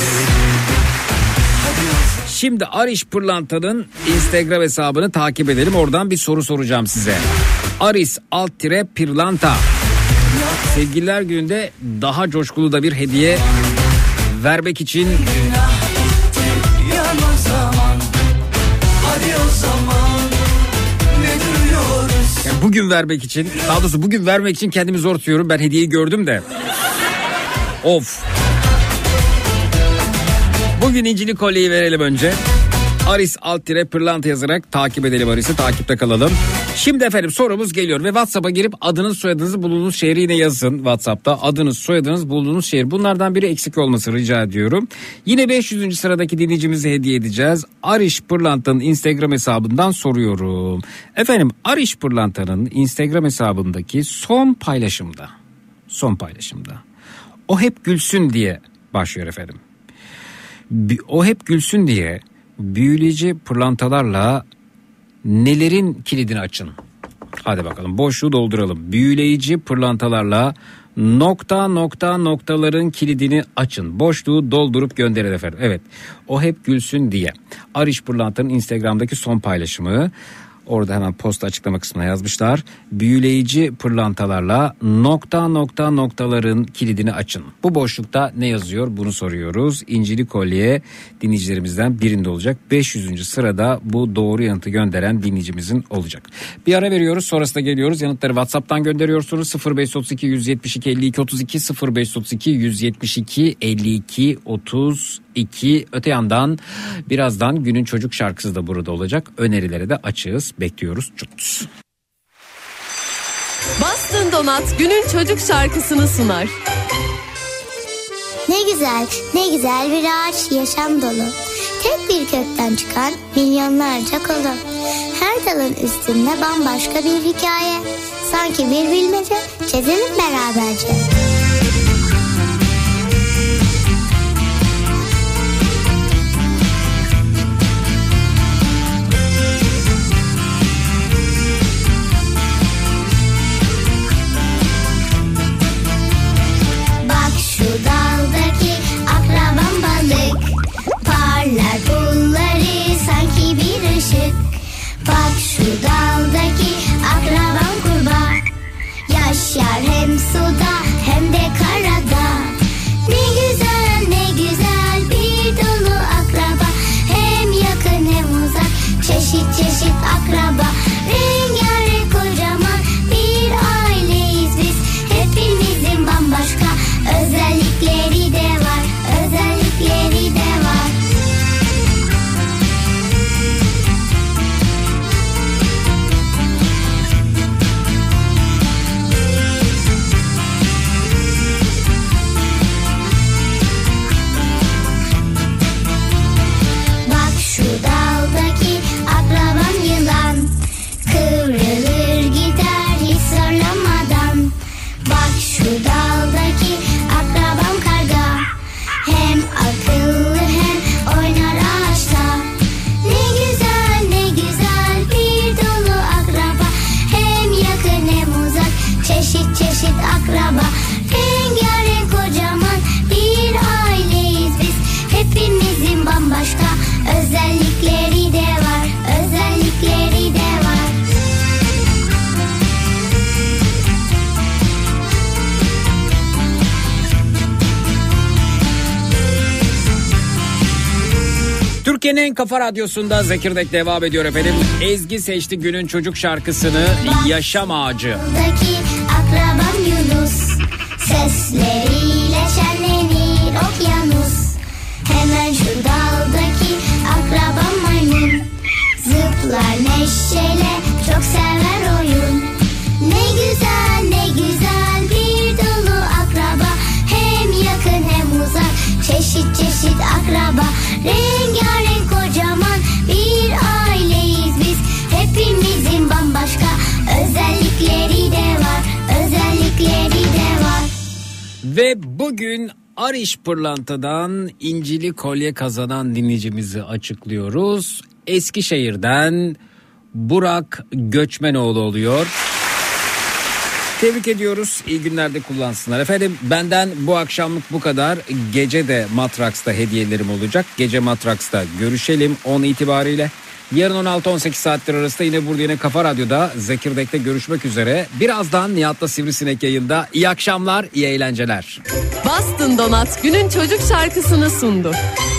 Şimdi Ariş Pırlanta'nın Instagram hesabını takip edelim. Oradan bir soru soracağım size. Aris alt tire Pırlanta. Sevgililer gününde daha coşkulu da bir hediye vermek için yan o zaman. Hadi o zaman. Ne duruyoruz? yani bugün vermek için, daha doğrusu bugün vermek için kendimi zor tutuyorum. Ben hediyeyi gördüm de. Of. Bugün incili kolyeyi verelim önce. Aris alt tire Pırlanta yazarak takip edelim Aris'i. Takipte kalalım. Şimdi efendim sorumuz geliyor ve WhatsApp'a girip adınız, soyadınızı, bulunduğunuz şehri yine yazın WhatsApp'ta. Adınız, soyadınız, bulunduğunuz şehir. Bunlardan biri eksik olması rica ediyorum. Yine beş yüzüncü sıradaki dinleyicimize hediye edeceğiz. Ariş Pırlanta'nın Instagram hesabından soruyorum. Efendim Ariş Pırlanta'nın Instagram hesabındaki son paylaşımda. Son paylaşımda. O hep gülsün diye başlıyor efendim. O hep gülsün diye büyüleyici pırlantalarla nelerin kilidini açın. Hadi bakalım boşluğu dolduralım. Büyüleyici pırlantalarla nokta nokta noktaların kilidini açın. Boşluğu doldurup gönderin efendim. Evet, o hep gülsün diye. Ariş Pırlanta'nın Instagram'daki son paylaşımı. Orada hemen posta açıklama kısmına yazmışlar. Büyüleyici pırlantalarla nokta nokta noktaların kilidini açın. Bu boşlukta ne yazıyor bunu soruyoruz. İncili kolye dinleyicilerimizden birinde olacak. beş yüzüncü sırada bu doğru yanıtı gönderen dinleyicimizin olacak. Bir ara veriyoruz, sonrasında geliyoruz. Yanıtları WhatsApp'tan gönderiyorsunuz. sıfır beş otuz iki yüz yetmiş iki elli iki otuz iki sıfır beş otuz iki yüz yetmiş iki elli iki otuz iki. Öte yandan birazdan günün çocuk şarkısı da burada olacak. Önerilere de açığız. bekliyoruz, bekliyoruz. Çut. Boston Donat günün çocuk şarkısını sunar. Ne güzel, ne güzel bir ağaç, yaşam dolu. Tek bir kökten çıkan milyonlarca kolu. Her dalın üstünde bambaşka bir hikaye. Sanki bir bilmece, çizelim beraberce. Bak şu daldaki akrabam balık, parlar pulları sanki bir ışık. Bak şu daldaki akrabam kurbağa, yaşar hem suda hem de karada. Ne güzel ne güzel bir dolu akraba, hem yakın hem uzak, çeşit çeşit akraba. Rengarenk kocaman bir aileyiz biz, hepimizin bambaşka özellikleri de var, özellikleri de var. Bak şu daldaki akrabam yılan, kıvrılır gider hiç zorlamadan. Bak şu daldaki akrabam karga, hem akıllı hem oynar ağaçta. Ne güzel ne güzel bir dolu akraba, hem yakın hem uzak, çeşit çeşit akraba. Rengarenk kocaman bir aileyiz biz, hepimizin bambaşka özellikleri de var, özellikleri de var. Türkiye'nin Kafa Radyosu'nda Zekirdek devam ediyor efendim. Ezgi seçti günün çocuk şarkısını, Yaşam Ağacı. Daki akrabam Yunus, sesleriyle şenlenir okyanus. Hemen şu daldaki akrabam maymun, zıplar neşeyle, çok sever oyun. Ne güzel ne güzel bir dolu akraba, hem yakın hem uzak, çeşit çeşit akraba. Rengarenk kocaman bir aileyiz biz, hepimizin bambaşka özellikleri de var, özellikleri de var. Ve bugün Ariş Pırlanta'dan incili kolye kazanan dinleyicimizi açıklıyoruz. Eskişehir'den Burak Göçmenoğlu oluyor. Tebrik ediyoruz. İyi günlerde kullansınlar. Efendim benden bu akşamlık bu kadar. Gece de Matraks'ta hediyelerim olacak. Gece Matraks'ta görüşelim on itibariyle. Yarın on altı on sekiz saatler arasında yine burada yine Kafa Radyo'da Zekirdek'te görüşmek üzere. Birazdan Nihat'la Sivrisinek yayında. İyi akşamlar, iyi eğlenceler. Boston Donat günün çocuk şarkısını sundu.